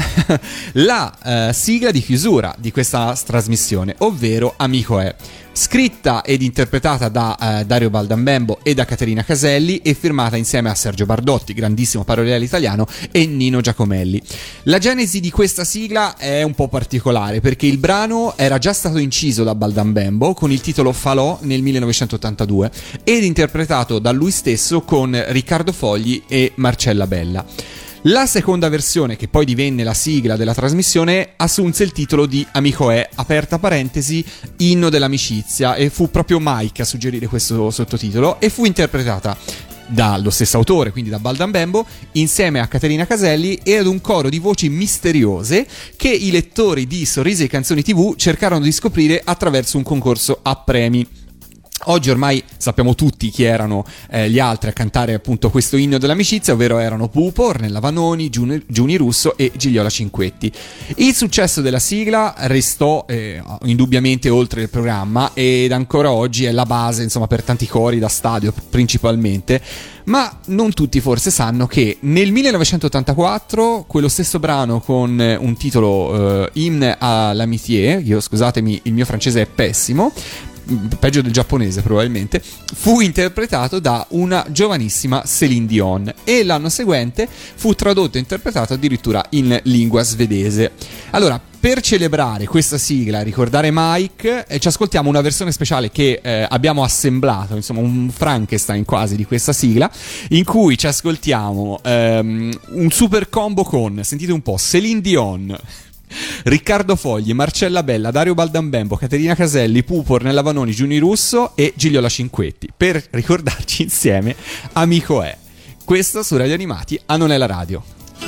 la sigla di chiusura di questa trasmissione, ovvero Amico è, scritta ed interpretata da Dario Baldambembo e da Caterina Caselli e firmata insieme a Sergio Bardotti, grandissimo paroliere italiano, e Nino Giacomelli. La genesi di questa sigla è un po' particolare perché il brano era già stato inciso da Baldambembo con il titolo Falò nel 1982 ed interpretato da lui stesso con Riccardo Fogli e Marcella Bella. La seconda versione, che poi divenne la sigla della trasmissione, assunse il titolo di Amico è, aperta parentesi, inno dell'amicizia, e fu proprio Mike a suggerire questo sottotitolo e fu interpretata dallo stesso autore, quindi da Baldambembo, insieme a Caterina Caselli e ad un coro di voci misteriose che i lettori di Sorrisi e Canzoni TV cercarono di scoprire attraverso un concorso a premi. Oggi ormai sappiamo tutti chi erano gli altri a cantare appunto questo inno dell'amicizia, ovvero erano Pupo, Ornella Vanoni, Giuni Russo e Gigliola Cinquetti. Il successo della sigla restò indubbiamente oltre il programma ed ancora oggi è la base, insomma, per tanti cori da stadio principalmente, ma non tutti forse sanno che nel 1984 quello stesso brano con un titolo Hymne à l'amitié, io scusatemi il mio francese è pessimo, peggio del giapponese probabilmente, fu interpretato da una giovanissima Céline Dion e l'anno seguente fu tradotto e interpretato addirittura in lingua svedese. Allora, per celebrare questa sigla, ricordare Mike, ci ascoltiamo una versione speciale che abbiamo assemblato, insomma un Frankenstein quasi di questa sigla, in cui ci ascoltiamo un super combo con, sentite un po', Céline Dion, Riccardo Fogli, Marcella Bella, Dario Baldambembo, Caterina Caselli, Pupo, Ornella Vanoni, Giuni Russo e Gigliola Cinquetti, per ricordarci insieme Amico è. Questo su Radio Animati a Non è la radio.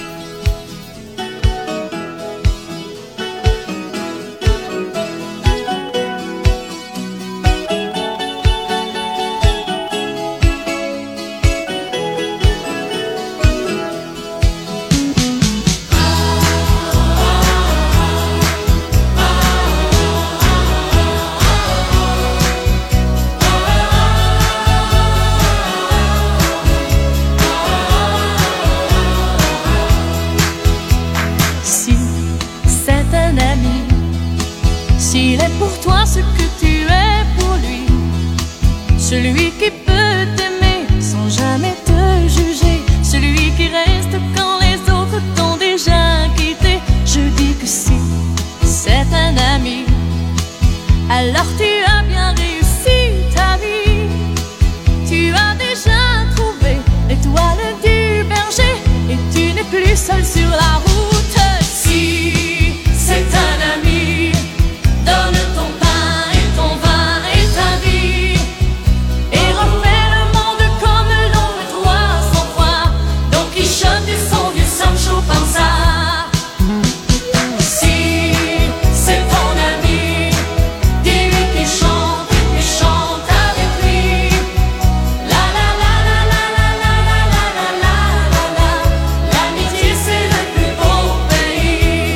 S'il est pour toi ce que tu es pour lui, celui qui peut t'aimer sans jamais te juger, celui qui reste quand les autres t'ont déjà quitté. Je dis que si c'est un ami, alors tu as bien réussi ta vie. Tu as déjà trouvé l'étoile du berger et tu n'es plus seul sur la route. Si c'est un ami, donne ton pain et ton vin et ta vie, et refais le monde comme l'on fait toi sans foi. Don Quichotte et son vieux Sancho Panza. Si c'est ton ami, dis-lui qu'il chante et chante avec lui. La la la la la la la la la la la la. L'amitié c'est le plus beau pays.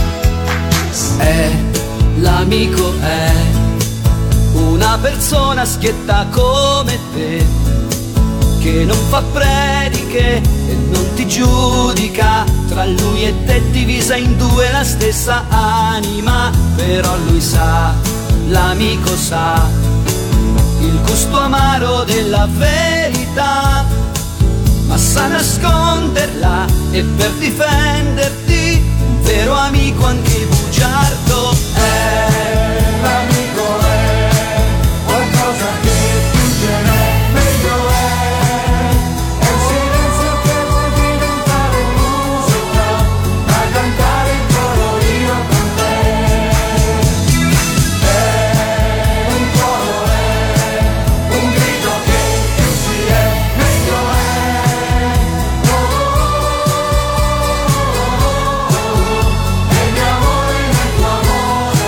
L'amico è una persona schietta come te, che non fa prediche e non ti giudica. Tra lui e te divisa in due la stessa anima, però lui sa, l'amico sa, il gusto amaro della verità, ma sa nasconderla e per difenderti un vero amico anche bugiardo è. L'amico è qualcosa che più ce n'è, meglio è il silenzio che vuol diventare musica, da cantare in coro io con te. È un coro, è un grido che più si è, meglio è. E il mio amore nel tuo amore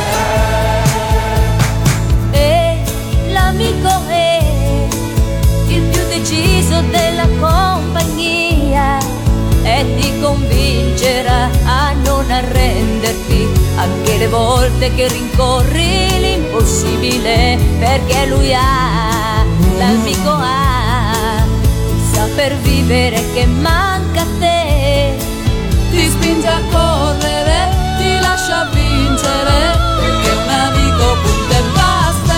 è. E l'amico è il più deciso della compagnia e ti convincerà a non arrenderti anche le volte che rincorri l'impossibile, perché lui ha, l'amico ha il saper vivere che manca a te, ti spinge a correre, ti lascia vincere, perché un amico punta e basta.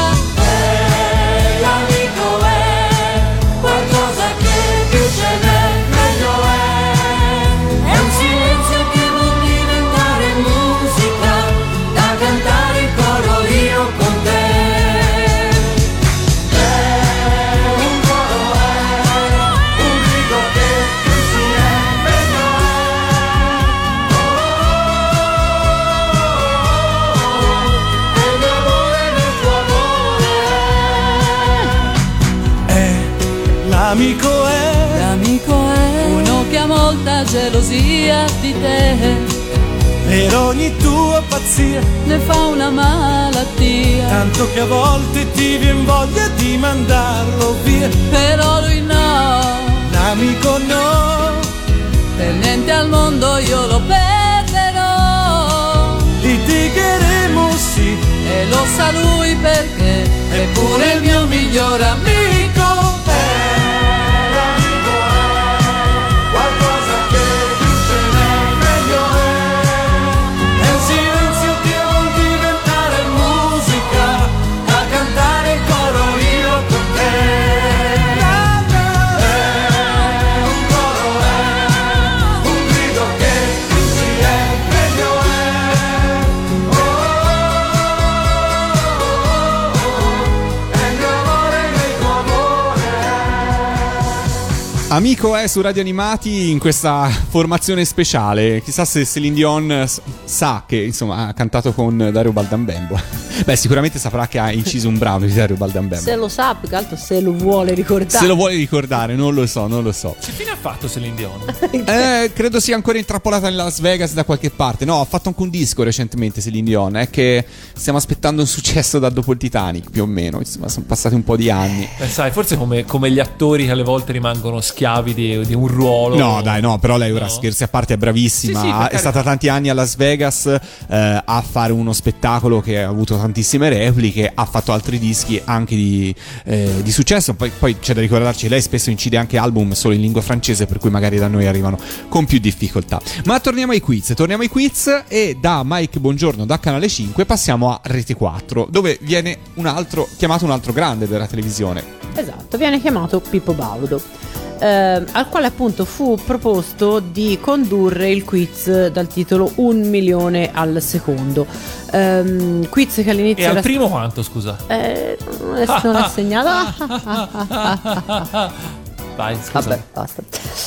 L'amico è qualcosa che più ce n'è, meglio è un silenzio che vuol diventare musica, da cantare in coro io con te. Un coro è un grido che più si è, meglio è. E il mio amore nel tuo amore L'amico è uno che ha molta gelosia di te, per ogni tua pazzia, ne fa una malattia, tanto che a volte ti vien voglia di mandarlo via. però lui no, L'amico no, per niente al mondo io lo perderò, litigheremo sì, e lo sa lui perché è pure il mio miglior amico. l'amico è qualcosa che più ce n'è, meglio è un silenzio che vuol diventare musica, da cantare in coro io con te. È un coro, è un grido che più si è, meglio è. Oh, oh, oh, oh, oh, è il mio amore nel tuo Amico è su Radio Animati in questa formazione speciale. Chissà se Celine Dion sa che insomma ha cantato con Dario Baldambembo. Beh, sicuramente saprà che ha inciso un brano di Dario Baldambembo. Se lo sa, più che altro se lo vuole ricordare. Se lo vuole ricordare, non lo so. Che fine ha fatto Celine Dion? Credo sia ancora intrappolata in Las Vegas da qualche parte. No, ha fatto anche un disco recentemente Celine Dion. È che stiamo aspettando un successo da dopo il Titanic, più o meno. Insomma, sono passati un po' di anni. Sai, forse come gli attori che alle volte rimangono schiavi di un ruolo. No, dai, no, però lei ora scherzi a parte è bravissima. Sì, è stata tanti anni a Las Vegas a fare uno spettacolo che ha avuto tantissime repliche, ha fatto altri dischi anche di successo. Poi c'è da ricordarci, lei spesso incide anche album solo in lingua francese, per cui magari da noi arrivano con più difficoltà. Ma torniamo ai quiz e da Mike Buongiorno da Canale 5 passiamo a Rete 4, dove viene chiamato un altro grande della televisione. Esatto, viene chiamato Pippo Baudo, al quale appunto fu proposto di condurre il quiz dal titolo 1 milione al secondo. Quiz che all'inizio e al primo quanto, scusa? Adesso non l'ho segnato. Vai, scusa. Vabbè, basta.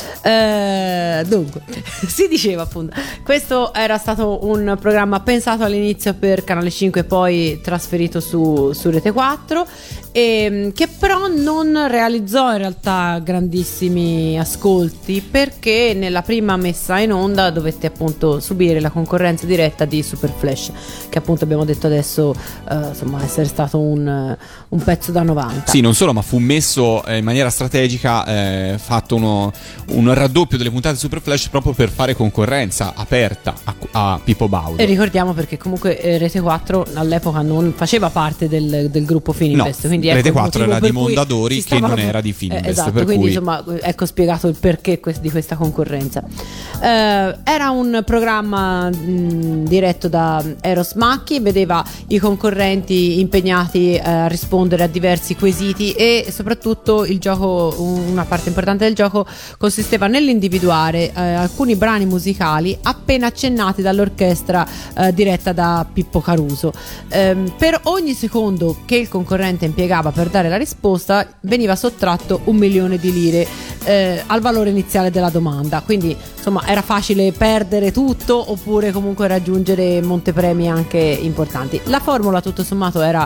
Dunque, si diceva appunto, questo era stato un programma pensato all'inizio per Canale 5 e poi trasferito su Rete 4, e che però non realizzò in realtà grandissimi ascolti, perché nella prima messa in onda dovette appunto subire la concorrenza diretta di Super Flash, che appunto abbiamo detto adesso insomma essere stato un pezzo da 90. Sì, non solo, ma fu messo in maniera strategica, fatto un raddoppio delle puntate di Super Flash proprio per fare concorrenza aperta a Pippo Baudo. E ricordiamo perché comunque Rete 4 all'epoca non faceva parte del gruppo Fininvest, quindi Rete 4 era di Mondadori, che non era di Fininvest, esatto, per quindi cui insomma ecco spiegato il perché di questa concorrenza. Era un programma diretto da Eros Macchi, vedeva i concorrenti impegnati a rispondere a diversi quesiti, e soprattutto il gioco, una parte importante del gioco consisteva nell'individuare alcuni brani musicali appena accennati dall'orchestra diretta da Pippo Caruso. Per ogni secondo che il concorrente impiegava per dare la risposta veniva sottratto 1 milione di lire al valore iniziale della domanda, quindi insomma era facile perdere tutto oppure comunque raggiungere montepremi anche importanti. La formula tutto sommato era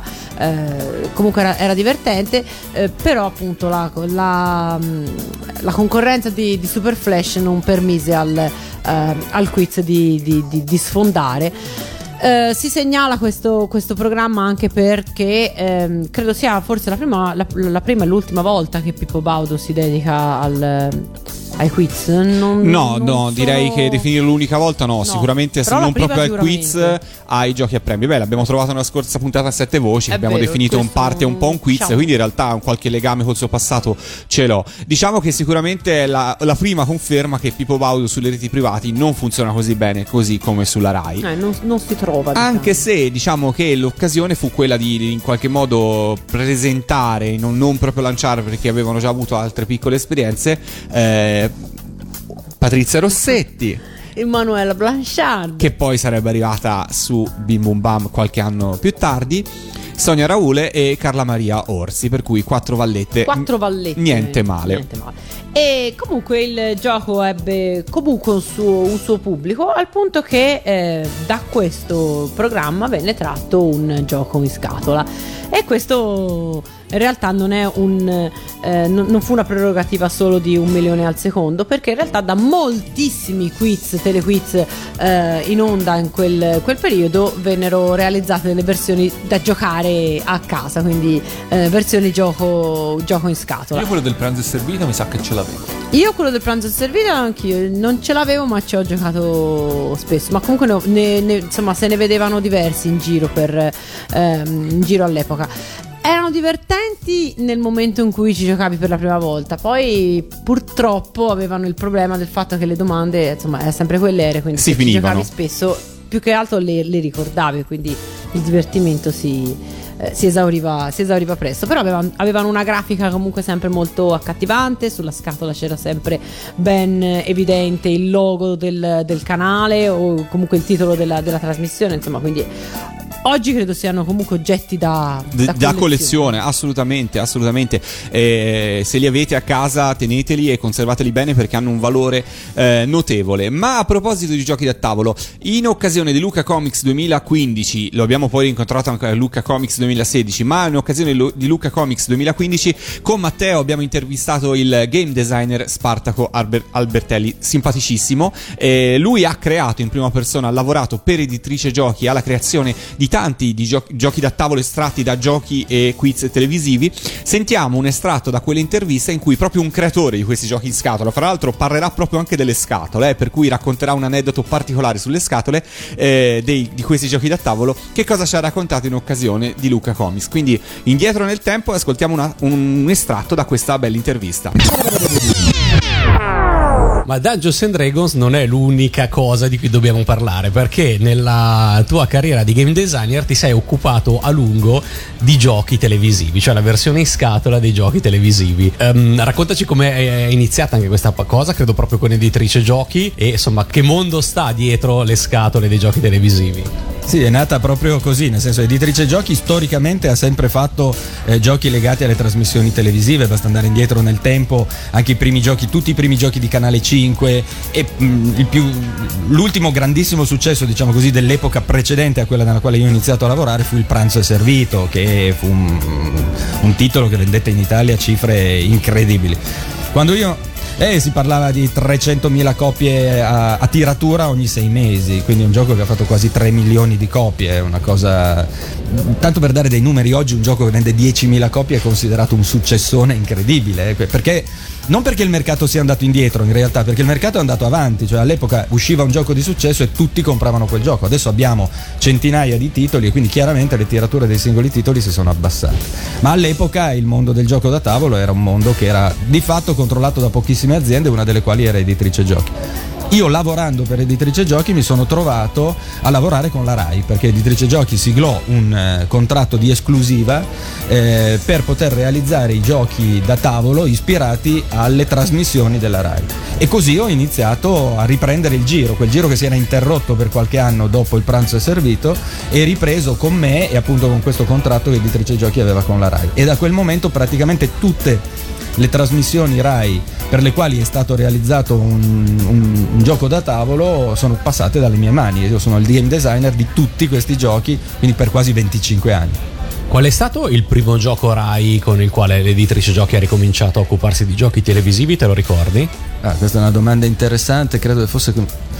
divertente, però appunto la concorrenza di Super Flash non permise al quiz di sfondare. Si segnala questo programma anche perché credo sia forse la prima e l'ultima volta che Pippo Baudo si dedica ai quiz. No, direi che definirlo l'unica volta no, sicuramente se non proprio al quiz, ai giochi a premio. Beh, l'abbiamo trovato nella scorsa puntata a 7 voci, che abbiamo definito un parte e un po' un quiz, diciamo. Quindi in realtà qualche legame col suo passato ce l'ho. Diciamo che sicuramente è la prima conferma che Pippo Baudo sulle reti privati non funziona così bene così come sulla Rai. Non si trova, diciamo. Anche se diciamo che l'occasione fu quella di in qualche modo presentare, non proprio lanciare, perché avevano già avuto altre piccole esperienze, Patrizia Rossetti, Emanuela Blanchard, che poi sarebbe arrivata su Bim Bum Bam qualche anno più tardi, Sonia Raule e Carla Maria Orsi, per cui 4 vallette. Niente male. E comunque il gioco ebbe comunque un suo pubblico, al punto che da questo programma venne tratto un gioco in scatola, e questo in realtà non fu una prerogativa solo di 1 milione al secondo, perché in realtà da moltissimi telequiz in onda in quel periodo vennero realizzate delle versioni da giocare a casa, quindi versioni gioco in scatola. Io quello del pranzo e servito mi sa che ce l'avevo. Io quello del pranzo e servito anch'io non ce l'avevo, ma ci ho giocato spesso, ma comunque insomma se ne vedevano diversi in giro all'epoca. Erano divertenti nel momento in cui ci giocavi per la prima volta, poi purtroppo avevano il problema del fatto che le domande insomma erano sempre quelle, quindi si se ci finivano. giocavi spesso più che altro le ricordavi, quindi il divertimento si esauriva presto. Però avevano una grafica comunque sempre molto accattivante, sulla scatola c'era sempre ben evidente il logo del canale o comunque il titolo della trasmissione, insomma, quindi oggi credo siano comunque oggetti da collezione, assolutamente. Se li avete a casa, teneteli e conservateli bene, perché hanno un valore notevole. Ma a proposito di giochi da tavolo, in occasione di Lucca Comics 2015, lo abbiamo poi incontrato anche a Lucca Comics 2016, ma in occasione di Lucca Comics 2015 con Matteo abbiamo intervistato il game designer Spartaco Albertelli, simpaticissimo. Lui ha creato in prima persona, ha lavorato per Editrice Giochi alla creazione di tanti di giochi da tavolo estratti da giochi e quiz televisivi. Sentiamo un estratto da quell'intervista in cui proprio un creatore di questi giochi in scatola, fra l'altro parlerà proprio anche delle scatole, per cui racconterà un aneddoto particolare sulle scatole di questi giochi da tavolo, che cosa ci ha raccontato in occasione di Lucca Comics. Quindi indietro nel tempo e ascoltiamo un estratto da questa bella intervista. Ma Dungeons and Dragons non è l'unica cosa di cui dobbiamo parlare, perché nella tua carriera di game designer ti sei occupato a lungo di giochi televisivi, cioè la versione in scatola dei giochi televisivi. Raccontaci come è iniziata anche questa cosa, credo proprio con Editrice Giochi, e insomma che mondo sta dietro le scatole dei giochi televisivi. Sì, è nata proprio così, nel senso, Editrice Giochi storicamente ha sempre fatto giochi legati alle trasmissioni televisive. Basta andare indietro nel tempo, anche i primi giochi, tutti i primi giochi di Canale 5 e l'ultimo grandissimo successo, diciamo così, dell'epoca precedente a quella nella quale io ho iniziato a lavorare fu Il pranzo è servito, che fu un titolo che vendette in Italia cifre incredibili. Quando io si parlava di 300.000 copie a tiratura ogni 6 mesi, quindi un gioco che ha fatto quasi 3 milioni di copie, è una cosa, tanto per dare dei numeri, oggi un gioco che vende 10.000 copie è considerato un successone incredibile, perché non perché il mercato sia andato indietro in realtà, perché il mercato è andato avanti, cioè all'epoca usciva un gioco di successo e tutti compravano quel gioco. Adesso abbiamo centinaia di titoli e quindi chiaramente le tirature dei singoli titoli si sono abbassate, ma all'epoca il mondo del gioco da tavolo era un mondo che era di fatto controllato da pochissime aziende, una delle quali era Editrice Giochi. Io, lavorando per Editrice Giochi, mi sono trovato a lavorare con la Rai, perché Editrice Giochi siglò un contratto di esclusiva per poter realizzare i giochi da tavolo ispirati alle trasmissioni della Rai, e così ho iniziato a riprendere il giro, quel giro che si era interrotto per qualche anno dopo Il pranzo è servito, e ripreso con me e appunto con questo contratto che Editrice Giochi aveva con la Rai, e da quel momento praticamente tutte le trasmissioni Rai per le quali è stato realizzato un gioco da tavolo sono passate dalle mie mani. Io sono il game designer di tutti questi giochi, quindi per quasi 25 anni. Qual è stato il primo gioco Rai con il quale l'Editrice Giochi ha ricominciato a occuparsi di giochi televisivi, te lo ricordi? Questa è una domanda interessante, credo che fosse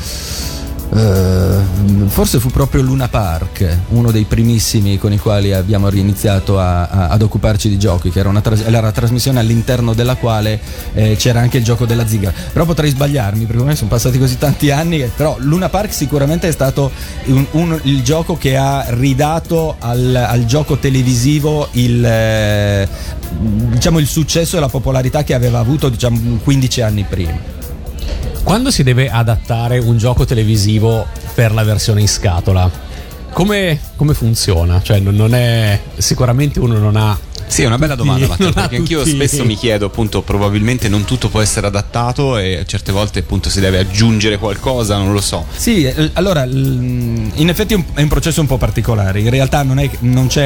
forse fu proprio Luna Park, uno dei primissimi con i quali abbiamo iniziato ad occuparci di giochi, che era una trasmissione all'interno della quale c'era anche il gioco della zigara, però potrei sbagliarmi perché ormai sono passati così tanti anni, però Luna Park sicuramente è stato il gioco che ha ridato al gioco televisivo il successo e la popolarità che aveva avuto 15 anni prima. Quando si deve adattare un gioco televisivo per la versione in scatola, come funziona? Cioè non è, sicuramente uno non ha. Sì, è una bella domanda, Matteo, perché anch'io spesso mi chiedo, appunto, probabilmente non tutto può essere adattato e certe volte appunto si deve aggiungere qualcosa, non lo so. Sì, allora in effetti è un processo un po' particolare, in realtà non c'è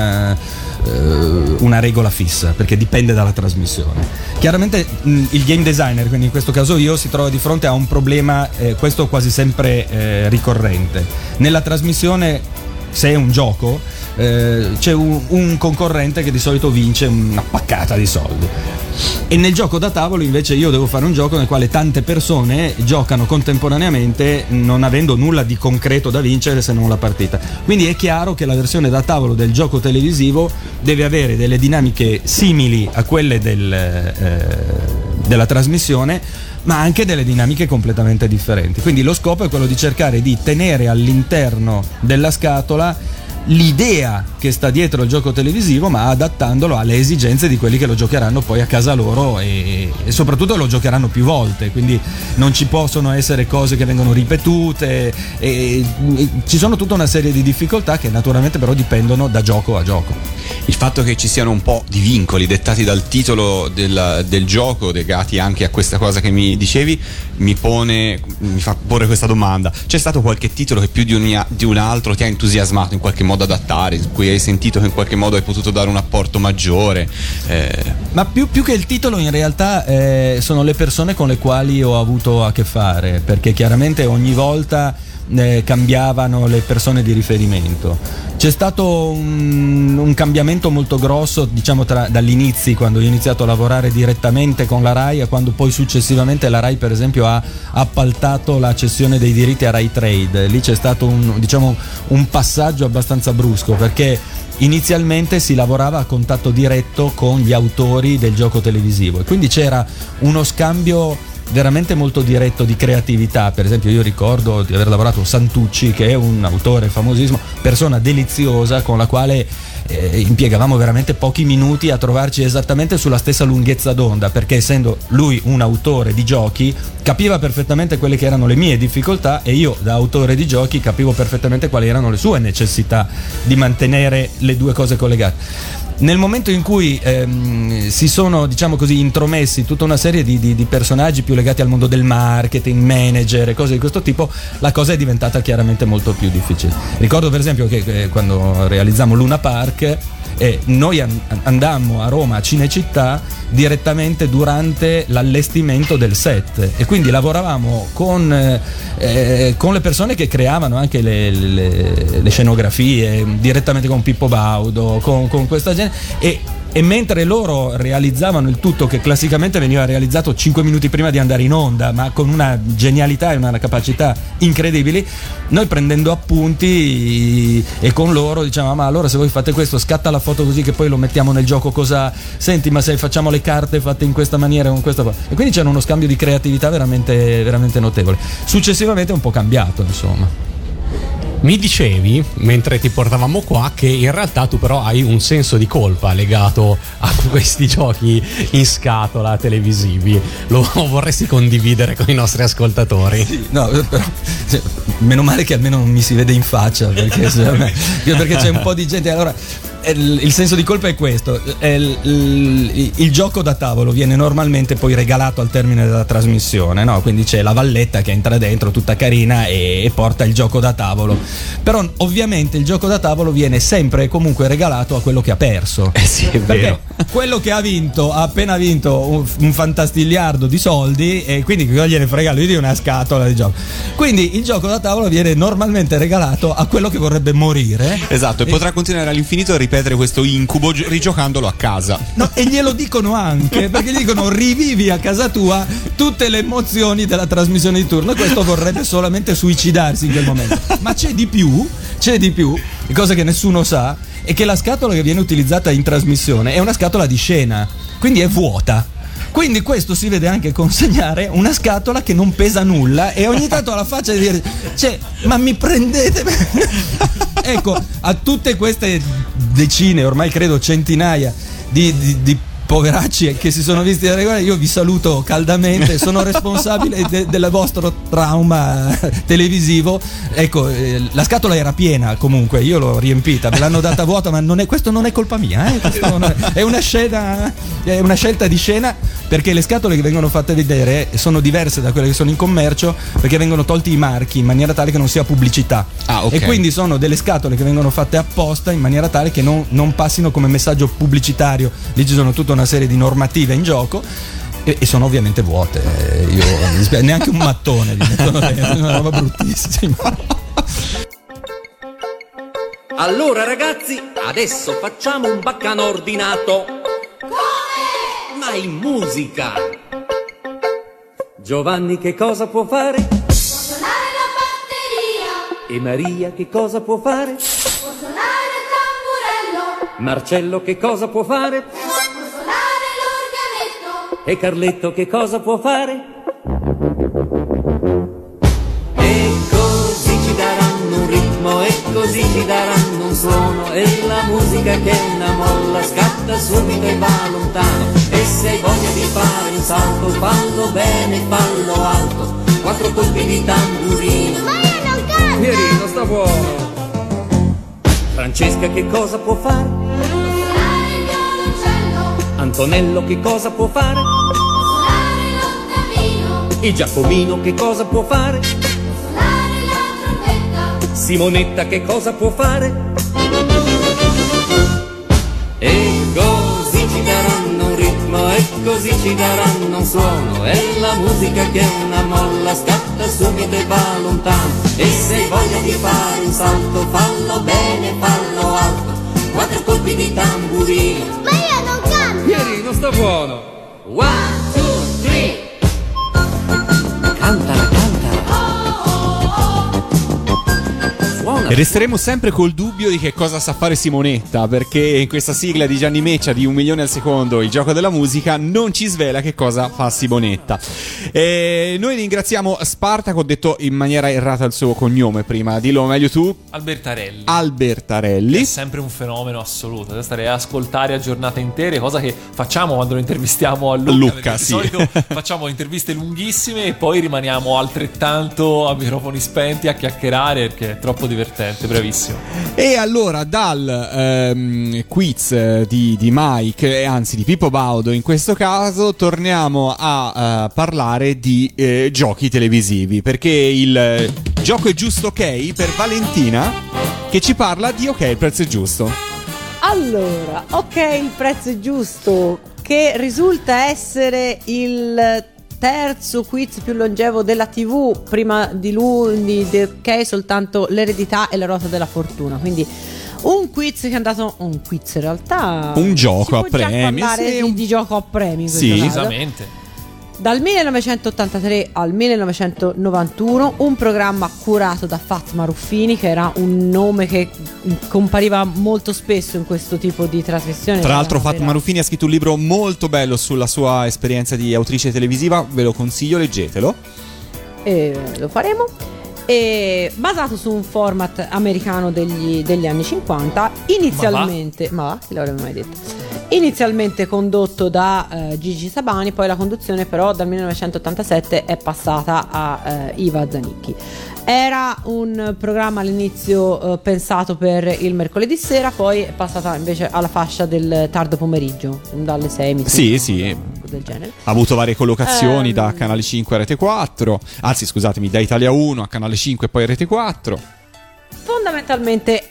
una regola fissa, perché dipende dalla trasmissione. Chiaramente il game designer, quindi in questo caso io, si trova di fronte a un problema, questo quasi sempre ricorrente. Nella trasmissione, se è un gioco, c'è un concorrente che di solito vince una paccata di soldi, e nel gioco da tavolo invece io devo fare un gioco nel quale tante persone giocano contemporaneamente, non avendo nulla di concreto da vincere se non la partita. Quindi è chiaro che la versione da tavolo del gioco televisivo deve avere delle dinamiche simili a quelle della trasmissione, ma anche delle dinamiche completamente differenti. Quindi lo scopo è quello di cercare di tenere all'interno della scatola l'idea che sta dietro il gioco televisivo, ma adattandolo alle esigenze di quelli che lo giocheranno poi a casa loro e soprattutto lo giocheranno più volte, quindi non ci possono essere cose che vengono ripetute e ci sono tutta una serie di difficoltà che naturalmente però dipendono da gioco a gioco. Il fatto che ci siano un po' di vincoli dettati dal titolo del gioco, legati anche a questa cosa che mi dicevi, mi fa porre questa domanda: c'è stato qualche titolo che più di un altro ti ha entusiasmato in qualche modo modo adattare, su cui hai sentito che in qualche modo hai potuto dare un apporto maggiore? Ma più che il titolo in realtà sono le persone con le quali ho avuto a che fare, perché chiaramente ogni volta cambiavano le persone di riferimento. C'è stato un cambiamento molto grosso, diciamo, dagli inizi, quando ho iniziato a lavorare direttamente con la Rai, a quando poi successivamente la Rai, per esempio, ha appaltato la cessione dei diritti a Rai Trade. Lì c'è stato un passaggio abbastanza brusco, perché inizialmente si lavorava a contatto diretto con gli autori del gioco televisivo e quindi c'era uno scambio veramente molto diretto di creatività. Per esempio, io ricordo di aver lavorato con Santucci, che è un autore famosissimo, persona deliziosa, con la quale impiegavamo veramente pochi minuti a trovarci esattamente sulla stessa lunghezza d'onda, perché essendo lui un autore di giochi capiva perfettamente quelle che erano le mie difficoltà e io, da autore di giochi, capivo perfettamente quali erano le sue necessità di mantenere le due cose collegate. Nel momento in cui si sono, diciamo così, intromessi tutta una serie di personaggi più legati al mondo del marketing, manager e cose di questo tipo, la cosa è diventata chiaramente molto più difficile. Ricordo per esempio che quando realizzammo Luna Park, noi andammo a Roma, a Cinecittà, direttamente durante l'allestimento del set, e quindi lavoravamo con le persone che creavano anche le scenografie, direttamente con Pippo Baudo, con questa gente, e mentre loro realizzavano il tutto, che classicamente veniva realizzato 5 minuti prima di andare in onda, ma con una genialità e una capacità incredibili, noi prendendo appunti e con loro diciamo: ma allora se voi fate questo, scatta la foto così che poi lo mettiamo nel gioco, cosa senti, ma se facciamo le carte fatte in questa maniera, con questa, e quindi c'era uno scambio di creatività veramente, veramente notevole. Successivamente è un po' cambiato, insomma. Mi dicevi, mentre ti portavamo qua, che in realtà tu però hai un senso di colpa legato a questi giochi in scatola televisivi. Lo vorresti condividere con i nostri ascoltatori? Sì, no, però meno male che almeno non mi si vede in faccia, perché c'è un po' di gente. Allora, il senso di colpa è questo: il gioco da tavolo viene normalmente poi regalato al termine della trasmissione, no? Quindi c'è la valletta che entra dentro tutta carina e porta il gioco da tavolo. Però ovviamente il gioco da tavolo viene sempre e comunque regalato a quello che ha perso. Sì, è vero. Quello che ha vinto ha appena vinto un fantastigliardo di soldi, e quindi cosa gliene frega lui di una scatola di gioco? Quindi il gioco da tavolo viene normalmente regalato a quello che vorrebbe morire. Esatto, e potrà continuare all'infinito a ripetere questo incubo rigiocandolo a casa. No, e glielo dicono anche, perché gli dicono: rivivi a casa tua tutte le emozioni della trasmissione di turno. E questo vorrebbe solamente suicidarsi in quel momento. Ma c'è di più, cosa che nessuno sa, è che la scatola che viene utilizzata in trasmissione è una scatola di scena, quindi è vuota. Quindi questo si vede anche consegnare una scatola che non pesa nulla, e ogni tanto ha la faccia di dire: cioè, ma mi prendete? Ecco, a tutte queste decine, ormai credo centinaia di poveracci che si sono visti da regolare, io vi saluto caldamente, sono responsabile del vostro trauma televisivo. Ecco, la scatola era piena, comunque io l'ho riempita, me l'hanno data vuota, ma questo non è colpa mia, è una scelta di scena, perché le scatole che vengono fatte vedere sono diverse da quelle che sono in commercio, perché vengono tolti i marchi in maniera tale che non sia pubblicità. Okay. E quindi sono delle scatole che vengono fatte apposta in maniera tale che non passino come messaggio pubblicitario. Lì ci sono tutta una serie di normative in gioco, e sono ovviamente vuote. Neanche un mattone li mettono dentro, è una roba bruttissima. Allora ragazzi, adesso facciamo un baccano ordinato. Come? Ma in musica. Giovanni che cosa può fare? Può suonare la batteria. E Maria che cosa può fare? Può suonare il tamburello. Marcello che cosa può fare? Può suonare l'organetto. E Carletto che cosa può fare? E così ci daranno un ritmo, e così ci daranno un suono, e la musica che è una molla scatta subito e va lontano. E se hai voglia di fare un salto, fallo bene, fallo alto, 4 colpi di tamburino. Ma io non canto! Pierino, sta buono. Francesca che cosa può fare? Può suonare il violoncello. Antonello che cosa può fare? Può suonare l'ottavino. E Giacomino che cosa può fare? Può suonare la trombetta. Simonetta che cosa può fare? E così ci daranno un ritmo, e così ci daranno un suono, e la musica che è una molla scatta subito e va lontano. E se hai voglia di fare un salto, fallo bene, fallo alto, 4 colpi di tamburino. Ma io non canto! Ieri non sta buono. 1, 2, 3. Cantala, cantala. Suona. E resteremo sempre col dubbio di che cosa sa fare Simonetta, perché in questa sigla di Gianni Meccia di 1 milione al secondo, il gioco della musica, non ci svela che cosa fa Simonetta. E noi ringraziamo Spartaco, ho detto in maniera errata il suo cognome prima, dillo meglio tu. Albertarelli. È sempre un fenomeno assoluto, stare a ascoltare a giornate intere, cosa che facciamo quando lo intervistiamo a Lucca, sì. Di solito facciamo interviste lunghissime e poi rimaniamo altrettanto a microfoni spenti a chiacchierare, perché è troppo divertente, bravissimo. E allora dal quiz di Mike, anzi di Pippo Baudo in questo caso, torniamo a parlare di giochi televisivi, perché il gioco è giusto ok per Valentina, che ci parla di Ok, il prezzo è giusto. Allora, ok, il prezzo è giusto, che risulta essere il terzo quiz più longevo della TV, prima di lui di ok soltanto l'eredità e la ruota della fortuna, quindi un quiz che è andato, un quiz in realtà, un gioco a premi, premi, di gioco a premi, sì, esattamente. Dal 1983 al 1991, un programma curato da Fatma Ruffini, che era un nome che compariva molto spesso in questo tipo di trasmissione. Tra l'altro Fatma Ruffini ha scritto un libro molto bello sulla sua esperienza di autrice televisiva, ve lo consiglio, leggetelo. E lo faremo. E basato su un format americano degli anni 50, inizialmente, ma chi l'avrebbe mai detto? Inizialmente condotto da Gigi Sabani, poi la conduzione però dal 1987 è passata a Iva Zanicchi. Era un programma all'inizio pensato per il mercoledì sera, poi è passata invece alla fascia del tardo pomeriggio, dalle 6 mi sì, del genere. Ha avuto varie collocazioni da Canale 5 a Rete 4, anzi scusatemi, da Italia 1 a Canale 5 e poi a Rete 4. Fondamentalmente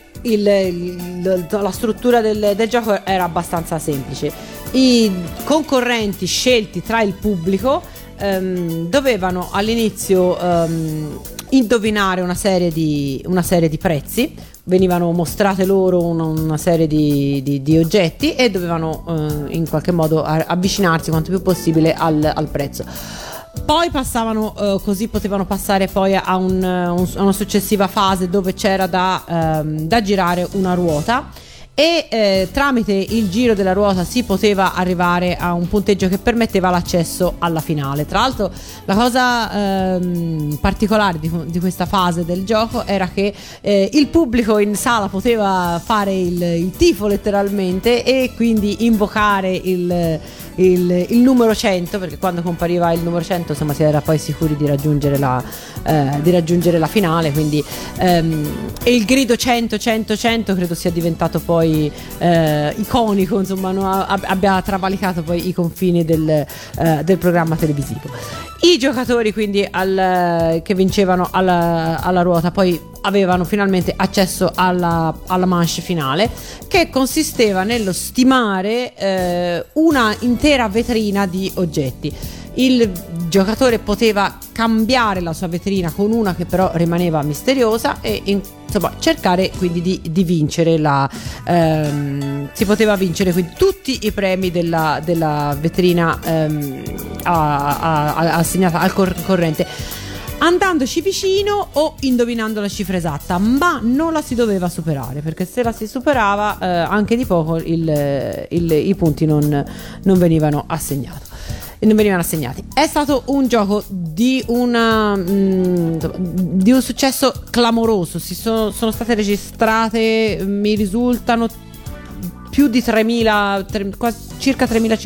la struttura del gioco era abbastanza semplice. I concorrenti scelti tra il pubblico dovevano all'inizio indovinare una serie di prezzi. Venivano mostrate loro una serie di oggetti e dovevano in qualche modo avvicinarsi quanto più possibile al prezzo. Poi passavano, così potevano passare poi a una successiva fase dove c'era da girare una ruota e tramite il giro della ruota si poteva arrivare a un punteggio che permetteva l'accesso alla finale. Tra l'altro la cosa particolare di questa fase del gioco era che il pubblico in sala poteva fare il tifo letteralmente e quindi invocare il numero 100, perché quando compariva il numero 100 insomma si era poi sicuri di raggiungere la finale, quindi e il grido 100 100 100 credo sia diventato poi iconico, insomma abbia travalicato poi i confini del programma televisivo. I giocatori quindi che vincevano alla ruota poi avevano finalmente accesso alla manche finale, che consisteva nello stimare una intera vetrina di oggetti. Il giocatore poteva cambiare la sua vetrina con una che però rimaneva misteriosa e insomma cercare quindi di vincere si poteva vincere quindi tutti i premi della vetrina assegnata al concorrente, andandoci vicino o indovinando la cifra esatta, ma non la si doveva superare, perché se la si superava anche di poco i punti non venivano assegnati. È stato un gioco di un successo clamoroso. Sono state registrate, mi risultano più di 3.000, circa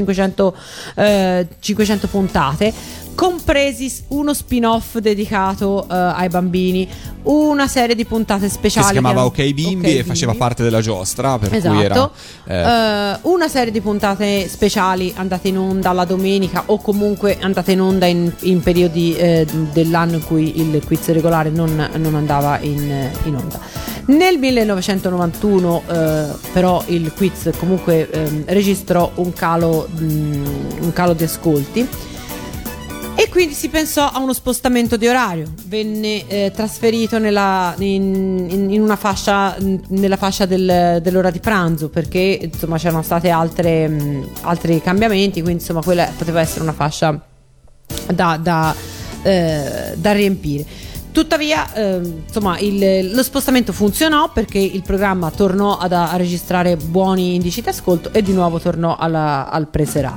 3.500 puntate, compresi uno spin-off dedicato ai bambini, una serie di puntate speciali che si chiamava Ok Bimbi e faceva parte della giostra, per cui era una serie di puntate speciali andate in onda la domenica o comunque andate in onda in periodi dell'anno in cui il quiz regolare non andava in onda. Nel 1991 però il quiz comunque registrò un calo di ascolti, e quindi si pensò a uno spostamento di orario. Venne trasferito in una fascia, nella fascia dell'ora di pranzo, perché insomma c'erano stati altri cambiamenti, quindi insomma quella poteva essere una fascia da riempire. Tuttavia insomma lo spostamento funzionò, perché il programma tornò a registrare buoni indici di ascolto e di nuovo tornò al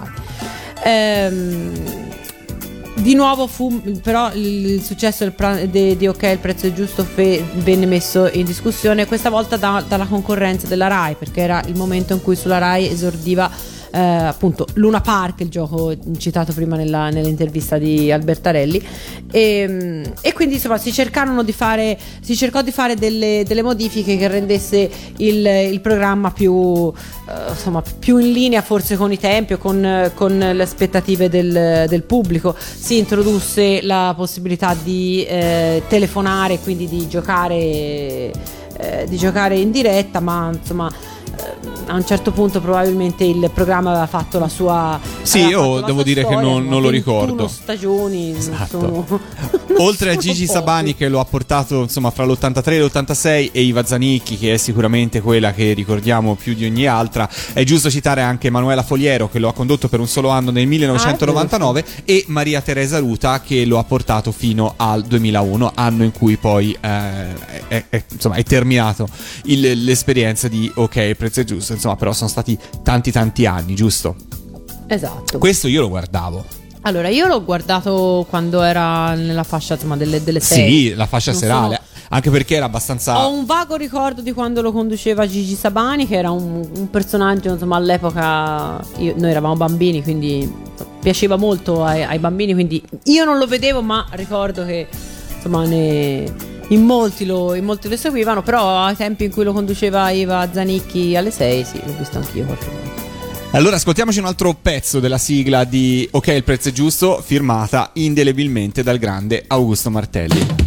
preserale. Di nuovo fu però il successo di Ok, il prezzo è giusto venne messo in discussione, questa volta dalla concorrenza della Rai, perché era il momento in cui sulla Rai esordiva appunto Luna Park, il gioco citato prima nell'intervista di Albertarelli, e quindi insomma si cercò di fare delle modifiche che rendesse il programma più in linea forse con i tempi o con le aspettative del pubblico. Si introdusse la possibilità di telefonare, quindi di giocare in diretta, ma insomma a un certo punto probabilmente il programma aveva fatto la sua devo dire storia, che non lo ricordo. Stagioni, esatto. Oltre a Gigi Sabani, che lo ha portato insomma fra l'83 e l'86, e Iva Zanicchi, che è sicuramente quella che ricordiamo più di ogni altra, è giusto citare anche Manuela Foliero, che lo ha condotto per un solo anno nel 1999, e Maria Teresa Ruta, che lo ha portato fino al 2001, anno in cui poi è terminato l'esperienza di Ok, il prezzo è giusto. Insomma, però sono stati tanti anni, giusto? Esatto. Questo io lo guardavo. Allora, io l'ho guardato quando era nella fascia insomma delle 6. Sì, la fascia serale. Anche perché era abbastanza. Ho un vago ricordo di quando lo conduceva Gigi Sabani, che era un personaggio, insomma, all'epoca noi eravamo bambini, quindi piaceva molto ai bambini, quindi io non lo vedevo, ma ricordo che insomma in molti lo seguivano, però ai tempi in cui lo conduceva Iva Zanicchi alle 6, sì, l'ho visto anch'io qualche volta. Allora ascoltiamoci un altro pezzo della sigla di Ok, il prezzo è giusto, firmata indelebilmente dal grande Augusto Martelli.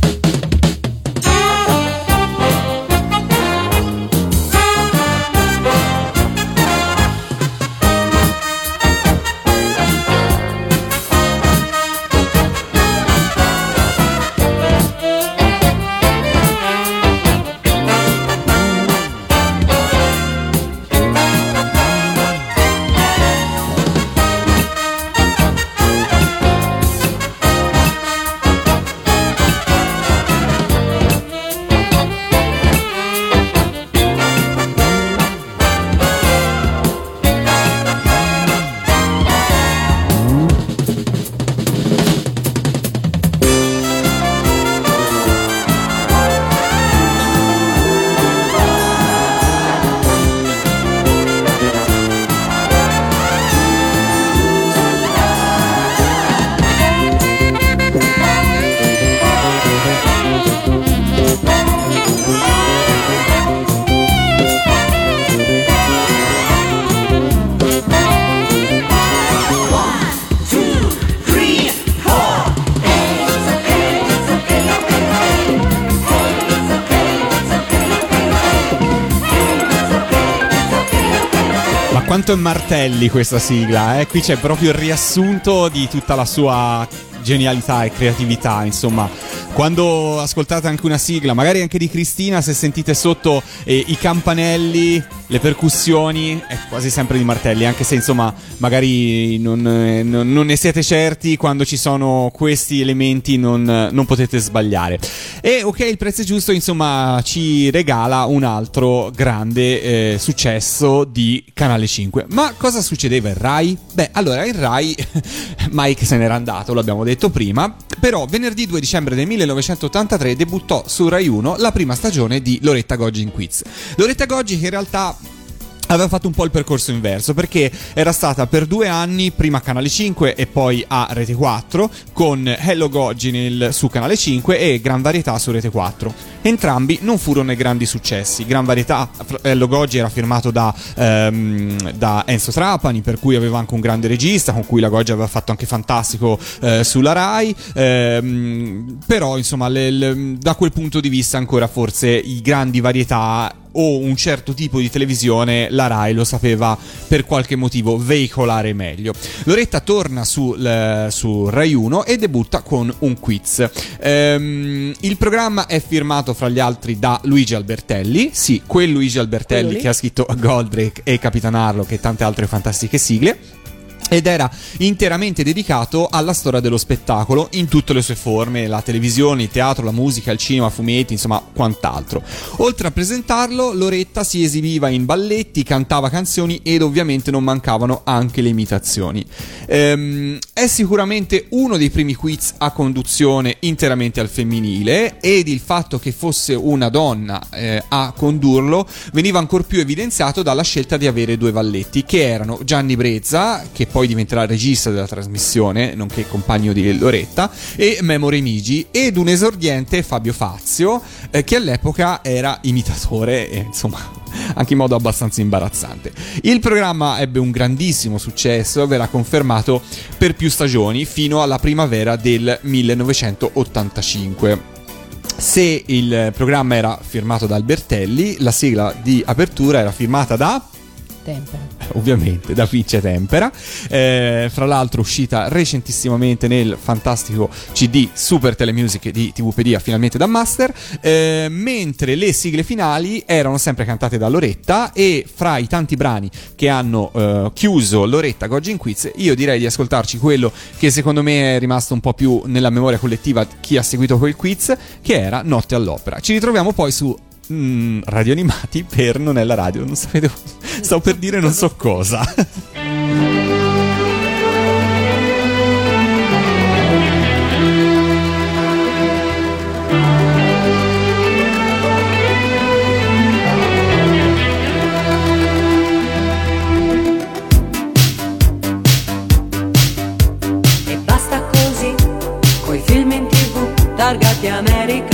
Quanto è Martelli questa sigla, Qui c'è proprio il riassunto di tutta la sua genialità e creatività, insomma. Quando ascoltate anche una sigla, magari anche di Cristina, se sentite sotto i campanelli, le percussioni, è quasi sempre di Martelli, anche se insomma magari non ne siete certi, quando ci sono questi elementi non potete sbagliare. E Ok, il prezzo è giusto, insomma, ci regala un altro grande successo di Canale 5. Ma cosa succedeva in Rai? Beh, allora in Rai Mike se n'era andato, l'abbiamo detto prima, però venerdì 2 dicembre del 1983 debuttò su Rai 1 la prima stagione di Loretta Goggi in Quiz. Loretta Goggi, che in realtà aveva fatto un po' il percorso inverso, perché era stata per 2 anni prima a Canale 5 e poi a Rete 4 con Hello Goggi su Canale 5 e Gran Varietà su Rete 4. Entrambi non furono grandi successi. Gran Varietà, Hello Goggi era firmato da Enzo Trapani, per cui aveva anche un grande regista con cui la Goggi aveva fatto anche Fantastico sulla Rai, però insomma da quel punto di vista ancora forse i grandi varietà o un certo tipo di televisione la Rai lo sapeva per qualche motivo veicolare meglio. Loretta torna su Rai 1 e debutta con un quiz. Il programma è firmato fra gli altri da Luigi Albertelli, sì, quel Luigi Albertelli che ha scritto Goldrake e Capitan Harlock e tante altre fantastiche sigle, ed era interamente dedicato alla storia dello spettacolo in tutte le sue forme, la televisione, il teatro, la musica, il cinema, fumetti, insomma quant'altro. Oltre a presentarlo, Loretta si esibiva in balletti, cantava canzoni ed ovviamente non mancavano anche le imitazioni. È sicuramente uno dei primi quiz a conduzione interamente al femminile, ed il fatto che fosse una donna a condurlo veniva ancor più evidenziato dalla scelta di avere 2 valletti, che erano Gianni Brezza, che poi diventerà regista della trasmissione, nonché compagno di Loretta, e Memo Remigi, ed un esordiente Fabio Fazio, che all'epoca era imitatore, insomma anche in modo abbastanza imbarazzante. Il programma ebbe un grandissimo successo, verrà confermato per più stagioni fino alla primavera del 1985. Se il programma era firmato da Albertelli, la sigla di apertura era firmata da Tempera. Ovviamente da Picce Tempera, fra l'altro uscita recentissimamente nel fantastico CD Super Telemusic di TVPD, finalmente da Master, mentre le sigle finali erano sempre cantate da Loretta, e fra i tanti brani che hanno chiuso Loretta Goggi in Quiz io direi di ascoltarci quello che secondo me è rimasto un po' più nella memoria collettiva chi ha seguito quel quiz, che era Notte all'Opera. Ci ritroviamo poi su Radio Animati per Non è la radio, non sapete, stavo per dire non so cosa. E basta così, coi film in TV targati America,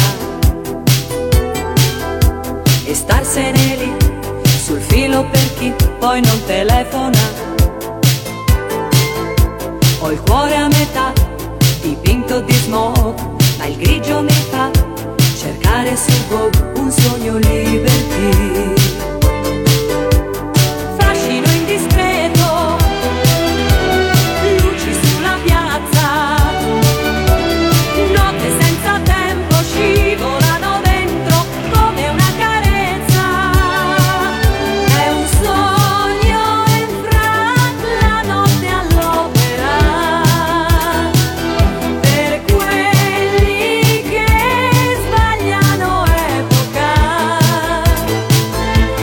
e starsene lì sul filo per chi poi non telefona. Ho il cuore a metà dipinto di smoke, ma il grigio mi fa cercare su Vogue un sogno liberty. Fascino indiscreto, luci sulla piazza, notte senza tempo scivolano dentro come una carezza. È un sogno infranto, la notte all'opera, per quelli che sbagliano epoca.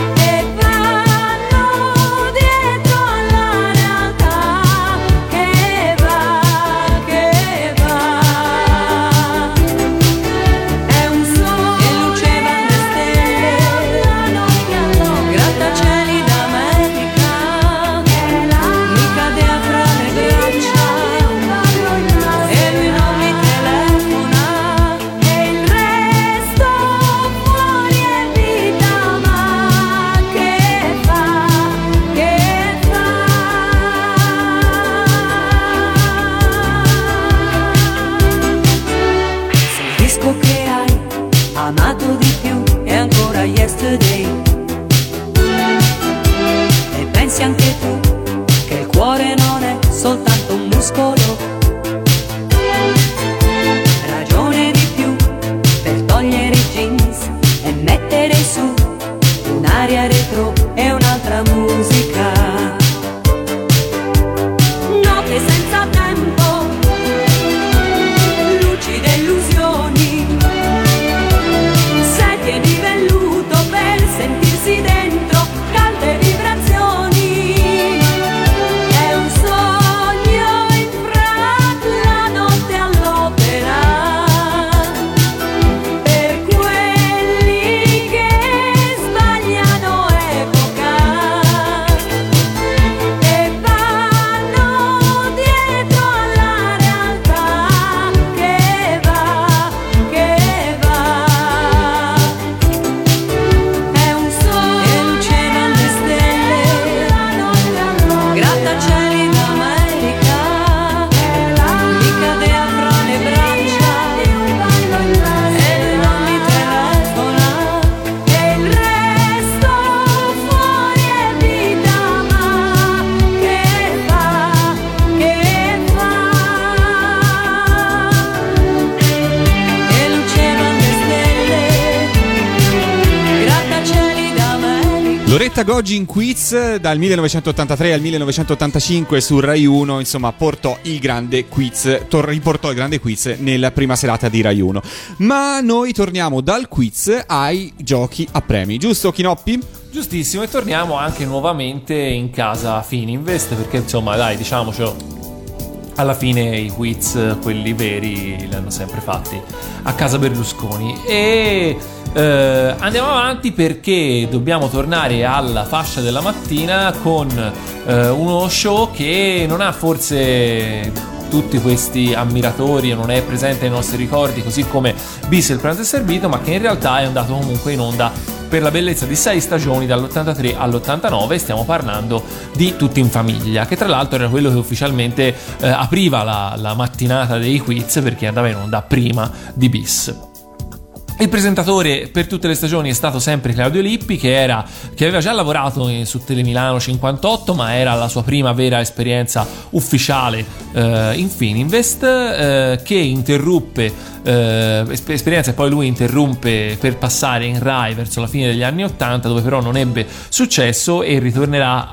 Loretta Goggi in quiz dal 1983 al 1985 su Rai 1, insomma riportò il grande quiz nella prima serata di Rai 1. Ma noi torniamo dal quiz ai giochi a premi, giusto Chinoppi? Giustissimo, e torniamo anche nuovamente in casa Fininvest, perché insomma dai, diciamocelo, alla fine i quiz, quelli veri, li hanno sempre fatti a casa Berlusconi. E andiamo avanti perché dobbiamo tornare alla fascia della mattina con uno show che non ha forse tutti questi ammiratori e non è presente nei nostri ricordi così come Bis il pranzo è servito, ma che in realtà è andato comunque in onda per la bellezza di 6 stagioni dall'83 all'89. Stiamo parlando di Tutti in famiglia, che tra l'altro era quello che ufficialmente apriva la mattinata dei quiz, perché andava in onda prima di Bis. Il presentatore per tutte le stagioni è stato sempre Claudio Lippi, che aveva già lavorato su Telemilano 58, ma era la sua prima vera esperienza ufficiale in Fininvest, che interruppe esperienza e poi lui interrompe per passare in Rai verso la fine degli anni 80, dove però non ebbe successo e ritornerà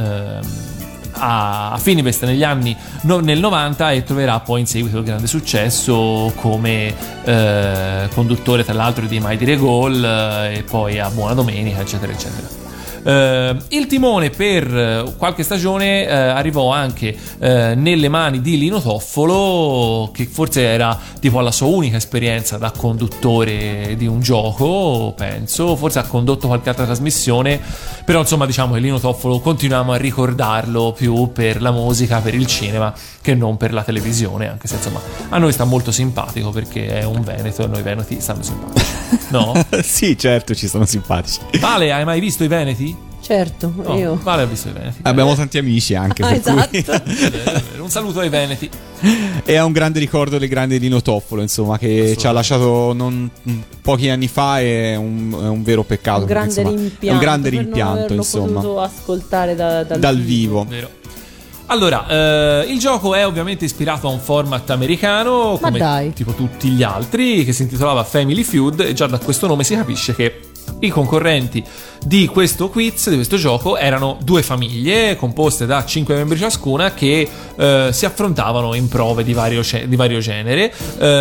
a Fininvest nel 90 e troverà poi in seguito il grande successo come conduttore tra l'altro di Mai dire gol e poi a Buona Domenica eccetera eccetera. Il timone per qualche stagione arrivò anche nelle mani di Lino Toffolo, che forse era tipo la sua unica esperienza da conduttore di un gioco, penso, forse ha condotto qualche altra trasmissione, però insomma diciamo che Lino Toffolo continuiamo a ricordarlo più per la musica, per il cinema, che non per la televisione, anche se insomma a noi sta molto simpatico perché è un veneto e noi veneti stanno simpatici, no? Sì, certo, ci stanno simpatici. Vale, hai mai visto i veneti? Certo, io. Vale, ha visto i veneti. Abbiamo tanti amici anche. Esatto. Un saluto ai veneti. E ha un grande ricordo del grande Lino Toffolo, insomma, che ci ha lasciato pochi anni fa. È un vero peccato. Un grande insomma, rimpianto. È un grande per rimpianto, non averlo insomma. potuto ascoltare dal vivo. Vero. Allora, il gioco è ovviamente ispirato a un format americano, come tipo tutti gli altri, che si intitolava Family Feud, e già da questo nome si capisce che i concorrenti di questo quiz, di questo gioco, erano 2 famiglie composte da 5 membri ciascuna che si affrontavano in prove di vario genere.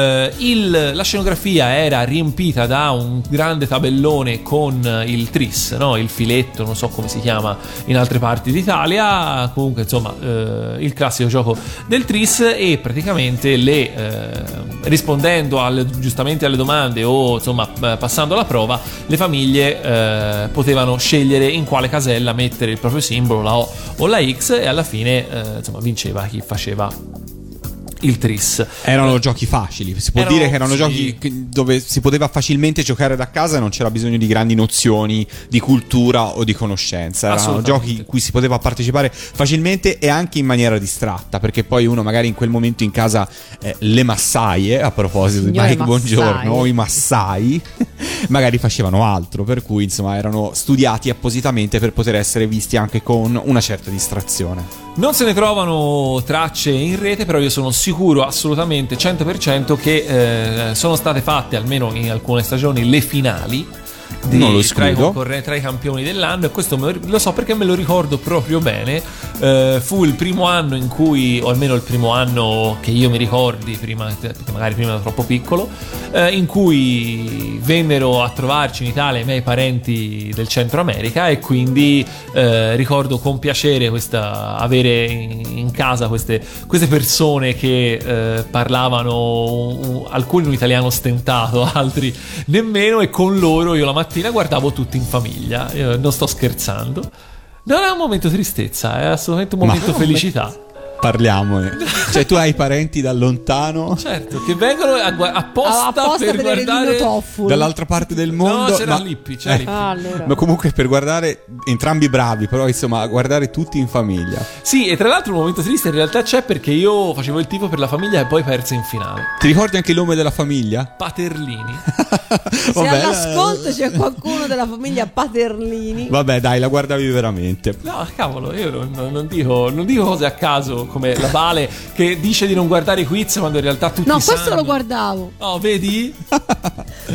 La scenografia era riempita da un grande tabellone con il tris, no? Il filetto, non so come si chiama in altre parti d'Italia, comunque insomma il classico gioco del tris, e praticamente rispondendo giustamente alle domande o insomma passando la prova, le famiglie potevano scegliere in quale casella mettere il proprio simbolo, la O o la X, e alla fine insomma vinceva chi faceva il tris. Erano giochi facili, si può dire che erano giochi dove si poteva facilmente giocare da casa e non c'era bisogno di grandi nozioni di cultura o di conoscenza. Erano giochi in cui si poteva partecipare facilmente e anche in maniera distratta, perché poi uno magari in quel momento in casa le massaie, a proposito di Mike Buongiorno, o i massai magari facevano altro, per cui insomma erano studiati appositamente per poter essere visti anche con una certa distrazione. Non se ne trovano tracce in rete, però io sono sicuro assolutamente 100% che sono state fatte almeno in alcune stagioni le finali tra i campioni dell'anno, e questo lo so perché me lo ricordo proprio bene. Fu il primo anno in cui, o almeno il primo anno che io mi ricordi, magari prima ero troppo piccolo, in cui vennero a trovarci in Italia i miei parenti del Centro America, e quindi ricordo con piacere avere in casa queste persone che parlavano alcuni un italiano stentato, altri nemmeno, e con loro io la mattina guardavo Tutti in famiglia. Io non sto scherzando, non è un momento tristezza, è assolutamente un momento felicità. Parliamone. Cioè tu hai parenti da lontano, certo, che vengono apposta per guardare dall'altra parte del mondo. No, c'era Lippi, allora. Ma comunque per guardare, entrambi bravi, però insomma guardare Tutti in famiglia. Sì, e tra l'altro un momento triste in realtà c'è, perché io facevo il tifo per la famiglia e poi perse in finale. Ti ricordi anche il nome della famiglia? Paterlini. Se all'ascolto c'è qualcuno della famiglia Paterlini, vabbè dai, la guardavi veramente. No, cavolo, io non dico cose a caso come la Vale che dice di non guardare i quiz quando in realtà tutti sanno. No, questo lo guardavo. Oh, vedi?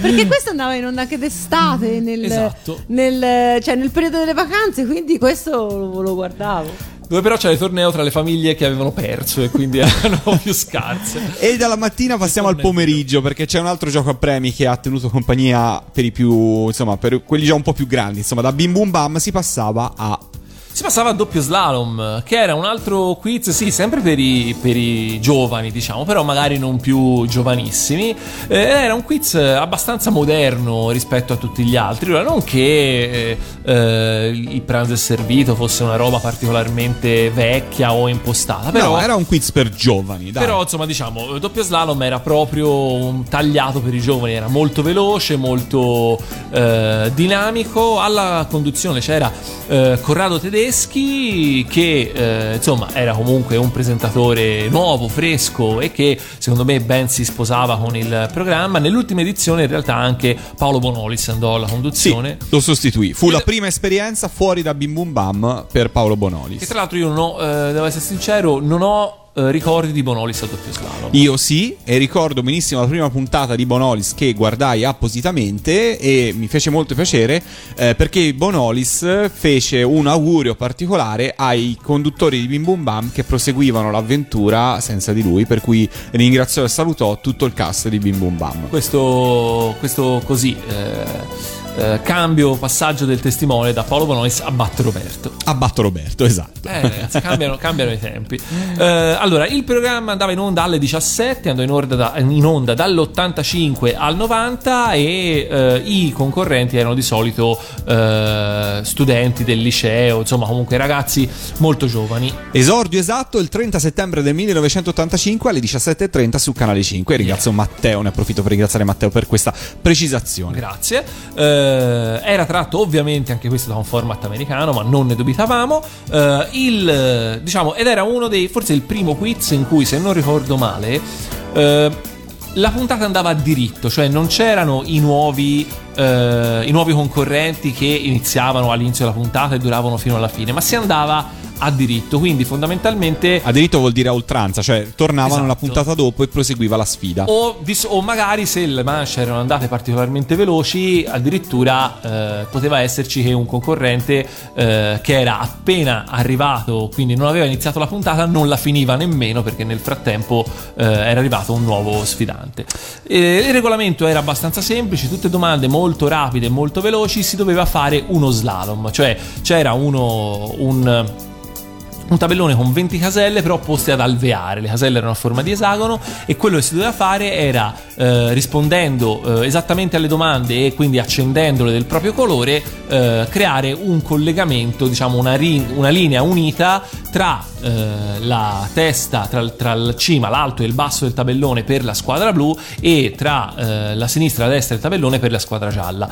Perché questo andava in onda anche d'estate Esatto. nel periodo delle vacanze, quindi questo lo guardavo. Dove però c'era il torneo tra le famiglie che avevano perso e quindi erano più scarse. E dalla mattina passiamo al pomeriggio, perché c'è un altro gioco a premi che ha tenuto compagnia per i più, insomma, per quelli già un po' più grandi. Insomma, da Bim Bum Bam si passava a doppio slalom, che era un altro quiz, sì, sempre per i giovani, diciamo, però magari non più giovanissimi. Era un quiz abbastanza moderno rispetto a tutti gli altri. Ora, non che il pranzo è servito fosse una roba particolarmente vecchia o impostata, però no, era un quiz per giovani, dai. Però, insomma, diciamo, doppio slalom era proprio tagliato per i giovani, era molto veloce, molto dinamico. Alla conduzione c'era Corrado Tedeschi, che insomma era comunque un presentatore nuovo, fresco, e che secondo me ben si sposava con il programma. Nell'ultima edizione in realtà anche Paolo Bonolis andò alla conduzione. Sì, lo sostituì. Fu la prima esperienza fuori da Bim Bum Bam per Paolo Bonolis. E tra l'altro io non ho, devo essere sincero, non ho ricordi di Bonolis a doppio slalom. Io sì, e ricordo benissimo la prima puntata di Bonolis che guardai appositamente e mi fece molto piacere, perché Bonolis fece un augurio particolare ai conduttori di Bim Bum Bam che proseguivano l'avventura senza di lui, per cui ringraziò e salutò tutto il cast di Bim Bum Bam. Questo così cambio, passaggio del testimone da Paolo Bonolis a Batto Roberto, esatto. Ragazzi, cambiano i tempi. Allora, il programma andava in onda alle 17, andò in onda dall'85 al 90 e i concorrenti erano di solito studenti del liceo, insomma comunque ragazzi molto giovani. Esordio esatto il 30 settembre del 1985 alle 17:30 su Canale 5. Ringrazio Matteo, ne approfitto per ringraziare Matteo per questa precisazione. Grazie. Era tratto ovviamente anche questo da un format americano, ma non ne dubitavamo. Diciamo, ed era uno dei, forse il primo quiz in cui, se non ricordo male, la puntata andava a diritto, cioè non c'erano i nuovi concorrenti che iniziavano all'inizio della puntata e duravano fino alla fine, ma si andava a diritto, quindi fondamentalmente a diritto vuol dire a oltranza, cioè tornavano la puntata dopo e proseguiva la sfida, o magari se le manche erano andate particolarmente veloci addirittura poteva esserci che un concorrente che era appena arrivato, quindi non aveva iniziato la puntata, non la finiva nemmeno perché nel frattempo era arrivato un nuovo sfidante. Il regolamento era abbastanza semplice, tutte domande molto rapide e molto veloci. Si doveva fare uno slalom, cioè c'era un tabellone con 20 caselle però poste ad alveare. Le caselle erano a forma di esagono e quello che si doveva fare era rispondendo esattamente alle domande e quindi accendendole del proprio colore, creare un collegamento, diciamo una linea unita tra la testa, tra la cima, l'alto e il basso del tabellone per la squadra blu e tra la sinistra e la destra del tabellone per la squadra gialla.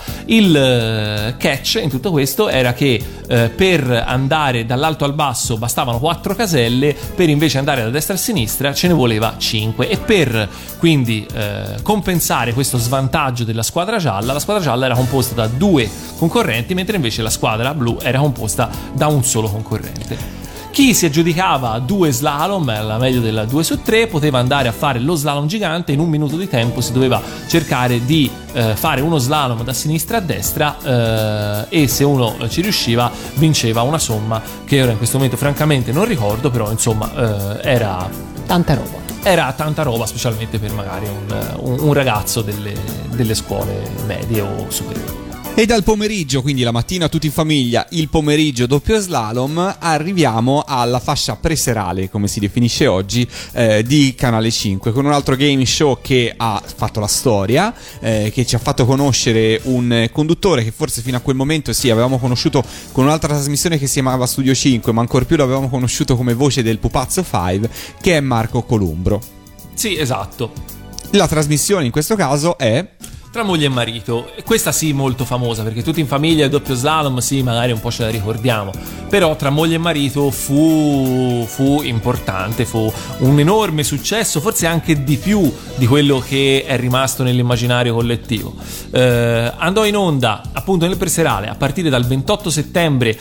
Il catch in tutto questo era che per andare dall'alto al basso bastavano 4 caselle, per invece andare da destra a sinistra ce ne voleva 5, e per quindi compensare questo svantaggio della squadra gialla, la squadra gialla era composta da 2 concorrenti, mentre invece la squadra blu era composta da un solo concorrente. Chi si aggiudicava 2 slalom, la meglio della 2 su 3, poteva andare a fare lo slalom gigante. In un minuto di tempo si doveva cercare di fare uno slalom da sinistra a destra, e se uno ci riusciva vinceva una somma che ora in questo momento francamente non ricordo, però insomma era tanta roba. Era tanta roba, specialmente per magari un ragazzo delle scuole medie o superiori. E dal pomeriggio, quindi la mattina tutti in famiglia, il pomeriggio doppio slalom, arriviamo alla fascia preserale, come si definisce oggi, di Canale 5, con un altro game show che ha fatto la storia, che ci ha fatto conoscere un conduttore che forse fino a quel momento sì avevamo conosciuto con un'altra trasmissione che si chiamava Studio 5, ma ancor più l'avevamo conosciuto come voce del Pupazzo 5, che è Marco Columbro. Sì, esatto. La trasmissione in questo caso è Tra moglie e marito. Questa sì, molto famosa, perché tutti in famiglia il doppio slalom sì, magari un po' ce la ricordiamo, però Tra moglie e marito fu importante, fu un enorme successo, forse anche di più di quello che è rimasto nell'immaginario collettivo. Andò in onda appunto nel preserale a partire dal 28 settembre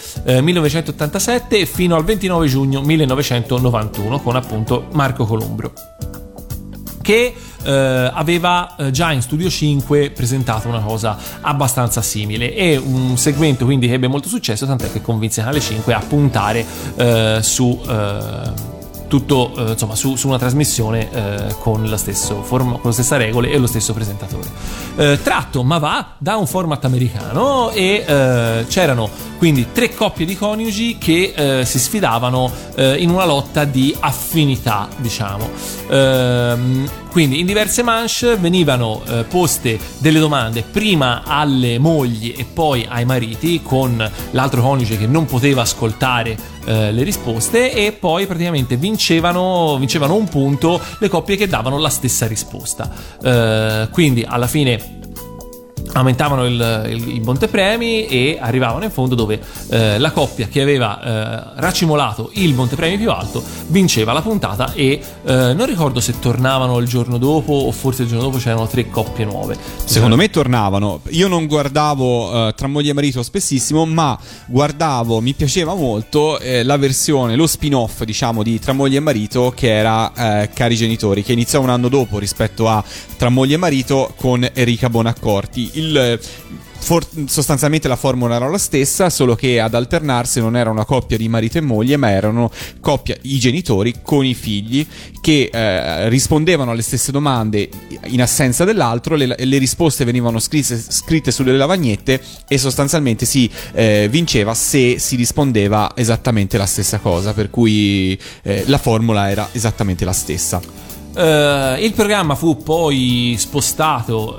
1987 fino al 29 giugno 1991 con appunto Marco Columbro, che aveva già in Studio 5 presentato una cosa abbastanza simile, e un segmento quindi che ebbe molto successo, tant'è che convinse Canale 5 a puntare su tutto insomma su una trasmissione con la stessa regole e lo stesso presentatore, tratto ma va da un format americano, e c'erano quindi 3 coppie di coniugi che si sfidavano in una lotta di affinità, diciamo. Quindi in diverse manche venivano poste delle domande prima alle mogli e poi ai mariti, con l'altro coniuge che non poteva ascoltare le risposte, e poi praticamente vincevano un punto le coppie che davano la stessa risposta. Quindi alla fine aumentavano il montepremi e arrivavano in fondo, dove la coppia che aveva racimolato il montepremi più alto vinceva la puntata, e non ricordo se tornavano il giorno dopo, o forse il giorno dopo c'erano 3 coppie nuove. Secondo me tornavano. Io non guardavo Tra moglie e marito spessissimo, ma guardavo, mi piaceva molto la versione, lo spin-off diciamo di Tra moglie e marito, che era Cari genitori, che iniziò un anno dopo rispetto a Tra moglie e marito, con Enrica Bonaccorti. Sostanzialmente la formula era la stessa, solo che ad alternarsi non era una coppia di marito e moglie, ma erano i genitori con i figli, che rispondevano alle stesse domande in assenza dell'altro. Le risposte venivano scritte sulle lavagnette, e sostanzialmente si vinceva se si rispondeva esattamente la stessa cosa, per cui la formula era esattamente la stessa. Il programma fu poi spostato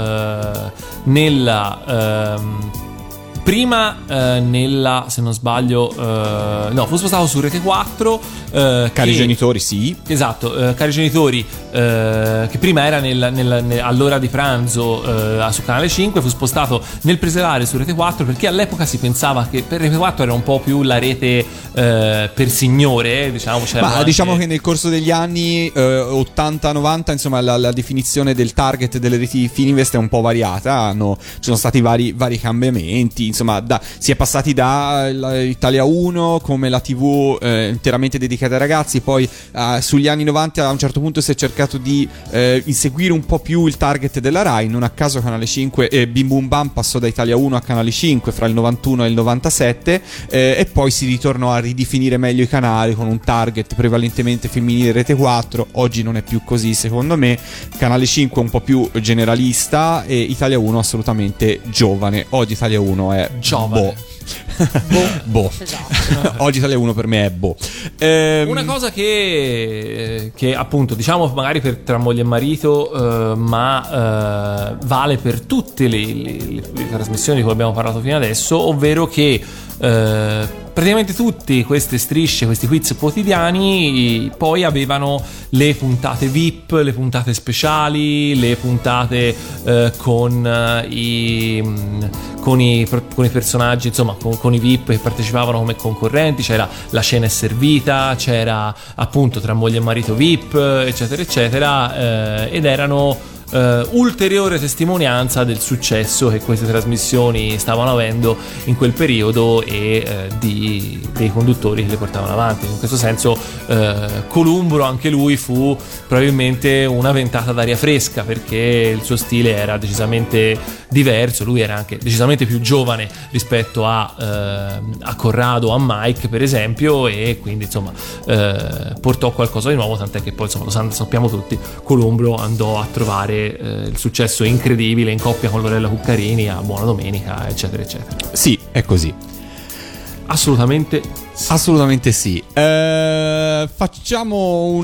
prima nella, se non sbaglio, fu spostato su Rete 4. Cari genitori, sì. Esatto, Cari genitori, che prima era all'ora di pranzo su Canale 5, fu spostato nel preselare su Rete 4, perché all'epoca si pensava che per Rete 4 era un po' più la rete per signore, diciamo. Ma diciamo che nel corso degli anni 80-90, insomma, la definizione del target delle reti Fininvest è un po' variata. Ci sono stati vari cambiamenti. Insomma, si è passati da Italia 1 come la TV interamente dedicata ai ragazzi, poi sugli anni 90 a un certo punto si è cercato di inseguire un po' più il target della Rai. Non a caso Canale 5 Bim Bum Bam passò da Italia 1 a Canale 5 fra il 91 e il 97, e poi si ritornò a ridefinire meglio i canali con un target prevalentemente femminile. Rete 4 oggi non è più così, secondo me. Canale 5 un po' più generalista, e Italia 1 assolutamente giovane. Oggi Italia 1 è giovane. Boh. Esatto. Oggi Italia 1 per me è boh. Una cosa che appunto, diciamo, magari per Tra moglie e marito, ma vale per tutte le trasmissioni di cui abbiamo parlato fino adesso, ovvero che praticamente tutte queste strisce, questi quiz quotidiani poi avevano le puntate VIP, le puntate speciali, le puntate con i personaggi, insomma con i VIP che partecipavano come concorrenti. C'era La cena è servita, c'era appunto Tra moglie e marito VIP, eccetera eccetera, ed erano ulteriore testimonianza del successo che queste trasmissioni stavano avendo in quel periodo, e dei conduttori che le portavano avanti. In questo senso Columbro anche lui fu probabilmente una ventata d'aria fresca, perché il suo stile era decisamente diverso. Lui era anche decisamente più giovane rispetto a Corrado, a Mike per esempio, e quindi insomma portò qualcosa di nuovo, tant'è che poi insomma lo sappiamo tutti, Columbro andò a trovare il successo incredibile in coppia con Lorella Cuccarini a Buona Domenica, eccetera eccetera. Sì, è così. Assolutamente sì. Facciamo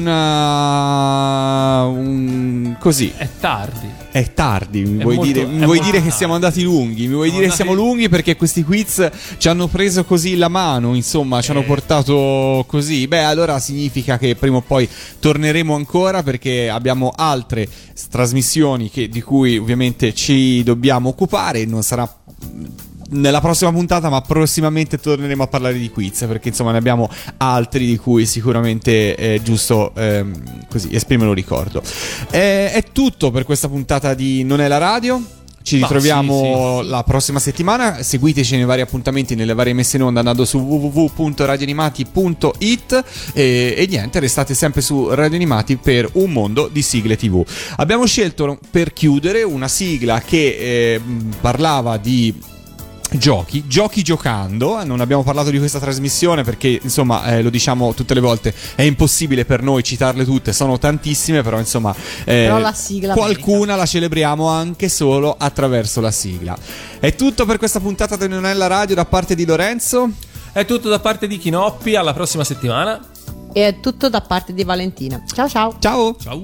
così. È tardi. Mi vuoi dire che siamo andati lunghi? Mi vuoi dire che siamo lunghi perché questi quiz ci hanno preso così la mano, insomma, ci hanno portato così. Beh, allora significa che prima o poi torneremo ancora, perché abbiamo altre trasmissioni di cui ovviamente ci dobbiamo occupare. Non sarà nella prossima puntata, ma prossimamente torneremo a parlare di quiz, perché insomma ne abbiamo altri di cui sicuramente è giusto così esprimere un ricordo. È tutto per questa puntata di Non è la radio. Ci ritroviamo la prossima settimana. Seguiteci nei vari appuntamenti, nelle varie messe in onda, andando su www.radioanimati.it e niente, restate sempre su Radio Animati per un mondo di sigle TV. Abbiamo scelto per chiudere una sigla che parlava di giochi giocando. Non abbiamo parlato di questa trasmissione perché insomma lo diciamo tutte le volte, è impossibile per noi citarle tutte, sono tantissime, però insomma però la sigla qualcuna la celebriamo anche solo attraverso la sigla. È tutto per questa puntata di Non è la radio da parte di Lorenzo, è tutto da parte di Chinoppi, alla prossima settimana, e è tutto da parte di Valentina. Ciao ciao. Ciao. Ciao.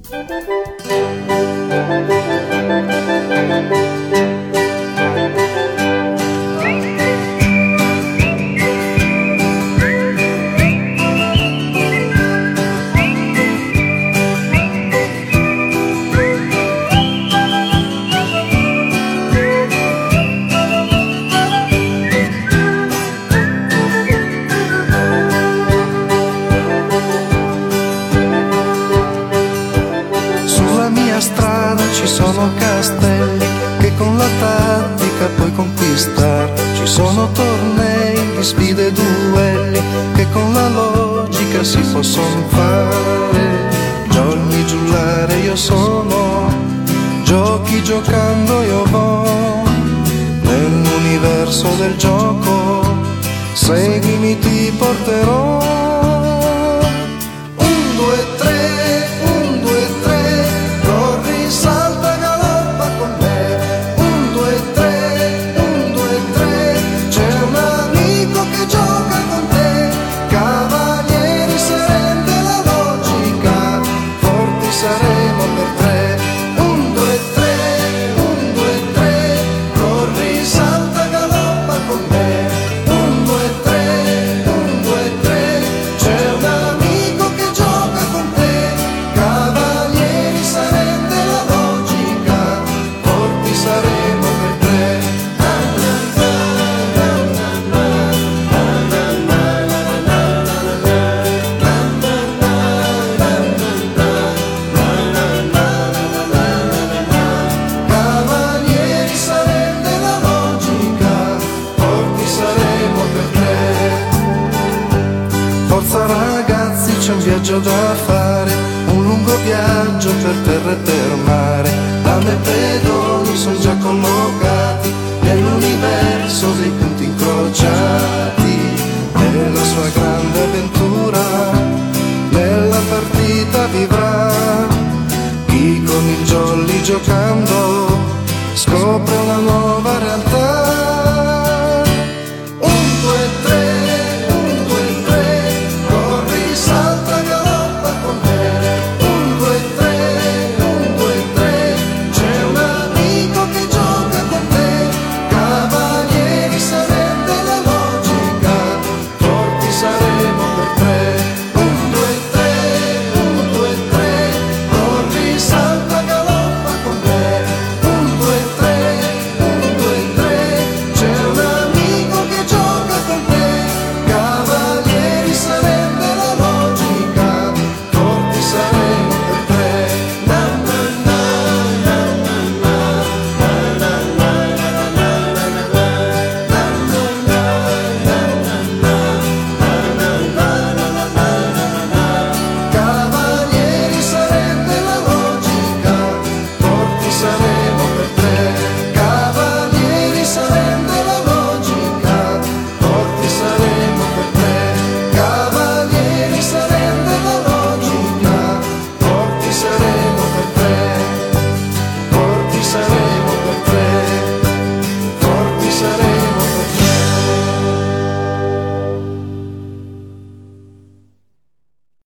Ci sono castelli che con la tattica puoi conquistare, ci sono tornei di sfide e duelli che con la logica si possono fare. Giorni giullare io sono, giochi giocando io vo, nell'universo del gioco, seguimi ti porterò. 1, 2, 3, 1, 2, 3, corri, salta, galoppa con me. 1, 2, 3, 1, 2, 3, c'è un amico che gioca con te. Cavalieri sereni della logica, forti saremo per 3. 1, 2, 3, 1, 2, 3, corri, salta, galoppa con me. 1, 2, 3, 1, 2, 3, c'è un amico che gioca con te. Cavalieri sereni della logica, forti saremo per 3. Cavalieri sereni della logica, forti saremo per 3. Forza ragazzi, c'è un viaggio da fare, un lungo viaggio per terra e per mare. Lame e pedoni sono già collocati nell'universo dei punti incrociati. Nella sua grande avventura, nella partita vivrà chi con il jolly giocando scopre una nuova